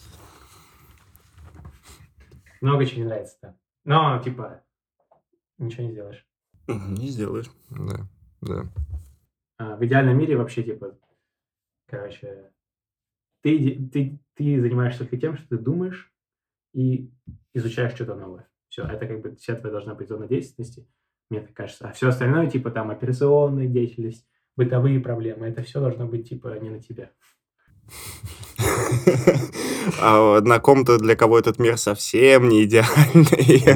Много чего не нравится, да. Но, типа, ничего не сделаешь. Мгм, Не сделаешь. Да, да. А, в идеальном мире вообще, типа, короче, ты, де- ты, ты занимаешься только тем, что ты думаешь и изучаешь что-то новое. Все, это как бы вся твоя должна быть зона деятельности, мне так кажется. А все остальное, типа, там, операционная деятельность, бытовые проблемы, это все должно быть, типа, не на тебя. А на ком-то, для кого этот мир совсем не идеальный.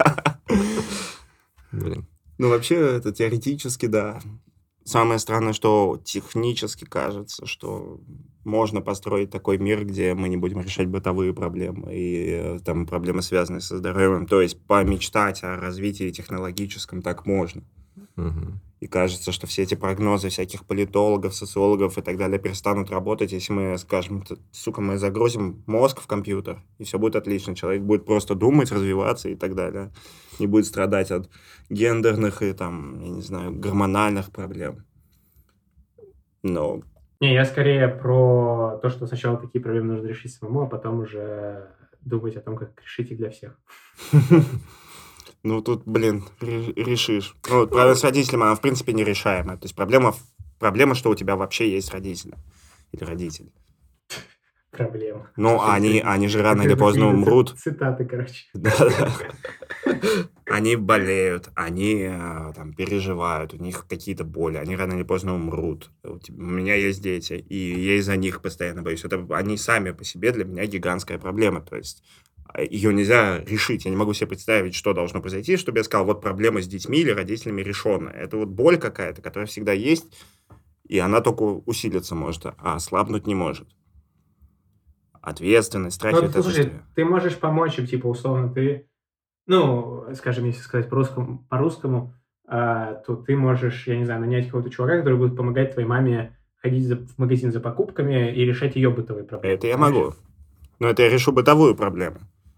Блин. Ну, вообще, это теоретически, да. Самое странное, что технически кажется, что можно построить такой мир, где мы не будем решать бытовые проблемы и э, там проблемы, связанные со здоровьем. То есть помечтать о развитии технологическом так можно. Мгм. И кажется, что все эти прогнозы всяких политологов, социологов и так далее перестанут работать, если мы скажем, «Т- сука, мы загрузим мозг в компьютер, и все будет отлично. Человек будет просто думать, развиваться и так далее. Не будет страдать от гендерных и там, я не знаю, гормональных проблем. Но Не, я скорее про то, что сначала такие проблемы нужно решить самому, а потом уже думать о том, как решить их для всех. ну тут, блин, ре- решишь. Ну, вот проблема с родителями, она в принципе нерешаемая. То есть проблема, в- проблема, что у тебя вообще есть родители или родители. Проблема. Ну, Что они, это? они же рано или Какие-то поздно ци- умрут. Цитаты, короче. Да-да. Они болеют, они э, там переживают, у них какие-то боли, они рано или поздно умрут. У теб- у меня есть дети, и я из-за них постоянно боюсь. Это они сами по себе для меня гигантская проблема. То есть а, ее нельзя решить. Я не могу себе представить, что должно произойти, чтобы я сказал, вот проблема с детьми или родителями решенная. Это вот боль какая-то, которая всегда есть, и она только усилиться может, а ослабнуть не может. Ответственность, страхи, Ну, вот эта слушай, история. ты можешь помочь им, типа, условно, ты, ну, скажем, если сказать по-русскому, по-русскому, а, то ты можешь, я не знаю, нанять какого-то чувака, который будет помогать твоей маме ходить за- в магазин за покупками и решать ее бытовые проблемы. Это я понимаешь? могу. Но это я решу бытовую проблему.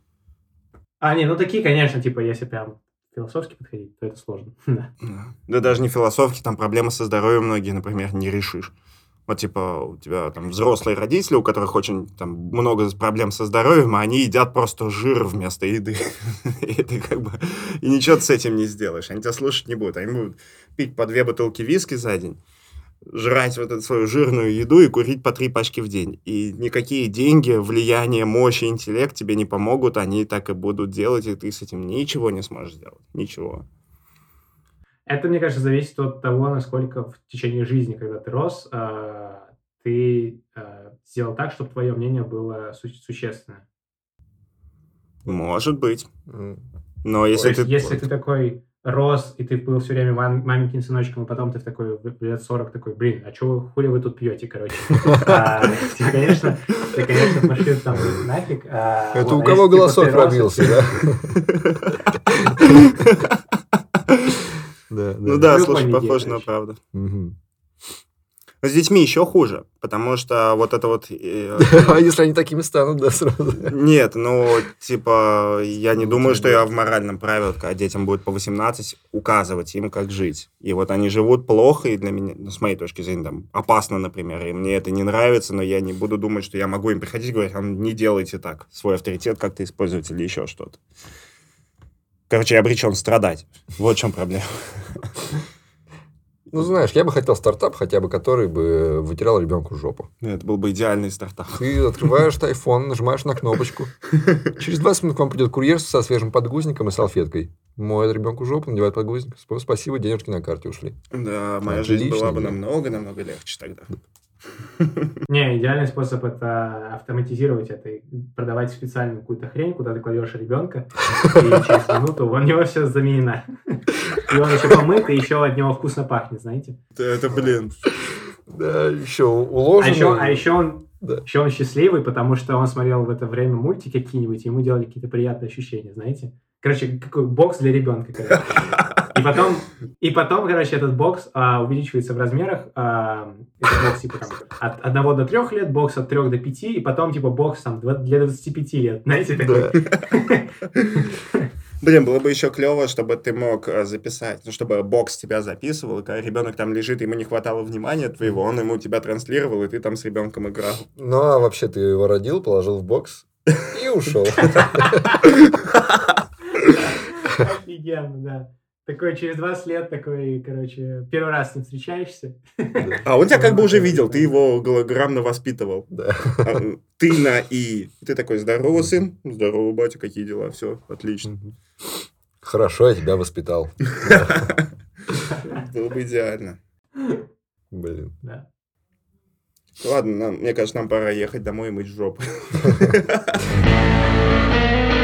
А, не, ну такие, конечно, типа, если прям философски подходить, то это сложно. Да. Да. Да даже не философски, там проблемы со здоровьем многие, например, не решишь. Вот типа у тебя там взрослые родители, у которых очень там много проблем со здоровьем, а они едят просто жир вместо еды. И ты как бы... И ничего ты с этим не сделаешь. Они тебя слушать не будут. Они будут пить по две бутылки виски за день, жрать вот эту свою жирную еду и курить по три пачки в день. И никакие деньги, влияние, мощь и интеллект тебе не помогут. Они так и будут делать, и ты с этим ничего не сможешь сделать. Ничего. Это, мне кажется, зависит от того, насколько в течение жизни, когда ты рос, а, ты а, сделал так, чтобы твое мнение было су- существенное. Может быть. М. Но То если есть, ты... если ты такой рос, и ты был все время мам- маменькин сыночком, и потом ты в такой, в лет сорок такой, блин, а что хули вы тут пьете, короче? А, Ты, конечно, ты, конечно, пошли там нафиг. а, Это вот, у а кого если, типа, голосок ты рос, и пробился, да? Да, Ну да. да, слушай, Прикольная идея, похоже на короче. правду. Мгм. Но с детьми еще хуже, потому что вот это вот... э, А если они такими станут, да, сразу? Нет, ну, типа, я не Ну, думаю, тем что я более. в моральном праве, вот, когда детям будет по восемнадцать, указывать им, как жить. И вот они живут плохо, и для меня, ну, с моей точки зрения, там, опасно, например, и мне это не нравится, но я не буду думать, что я могу им приходить и говорить, «А, не делайте так, свой авторитет как-то использовать или еще что-то. Короче, я обречен страдать. Вот в чем проблема. Ну, знаешь, я бы хотел стартап, хотя бы который бы вытирал ребенку жопу. Ну, это был бы идеальный стартап. Ты открываешь iPhone, нажимаешь на кнопочку. Через двадцать минут к вам придет курьер со свежим подгузником и салфеткой. Моет ребенку жопу, надевает подгузник. Сп- Спасибо, денежки на карте ушли. Да, моя жизнь Отличная была бы идея. намного-намного легче тогда. Не, идеальный способ это автоматизировать это и продавать специальную какую-то хрень, куда ты кладешь ребенка, и через минуту у него все заменено. И он еще помыт, и еще от него вкусно пахнет, знаете. Это, это, блин, Да, еще А уложено. еще, а еще он, Да. еще он счастливый, потому что он смотрел в это время мультики какие-нибудь, и ему делали какие-то приятные ощущения, знаете. Короче, какой бокс для ребенка. Короче. И потом, и потом, короче, этот бокс а, увеличивается в размерах. А, этот бокс типа там, от одного до трех лет, бокс от трех до пяти, и потом типа бокс там два- для двадцати пяти лет. Знаете, такой. Да. блин, было бы еще клево, чтобы ты мог э, записать, ну, чтобы бокс тебя записывал, и когда ребенок там лежит, ему не хватало внимания твоего, он ему тебя транслировал, и ты там с ребенком играл. Ну, а вообще ты его родил, положил в бокс и ушел. Офигенно, да. Такой через двадцать лет, такой, короче, первый раз с ним встречаешься. А он тебя как бы уже видел, ты его голограммно воспитывал. Да. А, Ты на «и». Ты такой: здорово, сын. Здорово, батя, какие дела? Все, отлично. Хорошо, я тебя воспитал. Было бы идеально. Блин. Да. Ладно, нам- мне кажется, нам пора ехать домой и мыть жопу.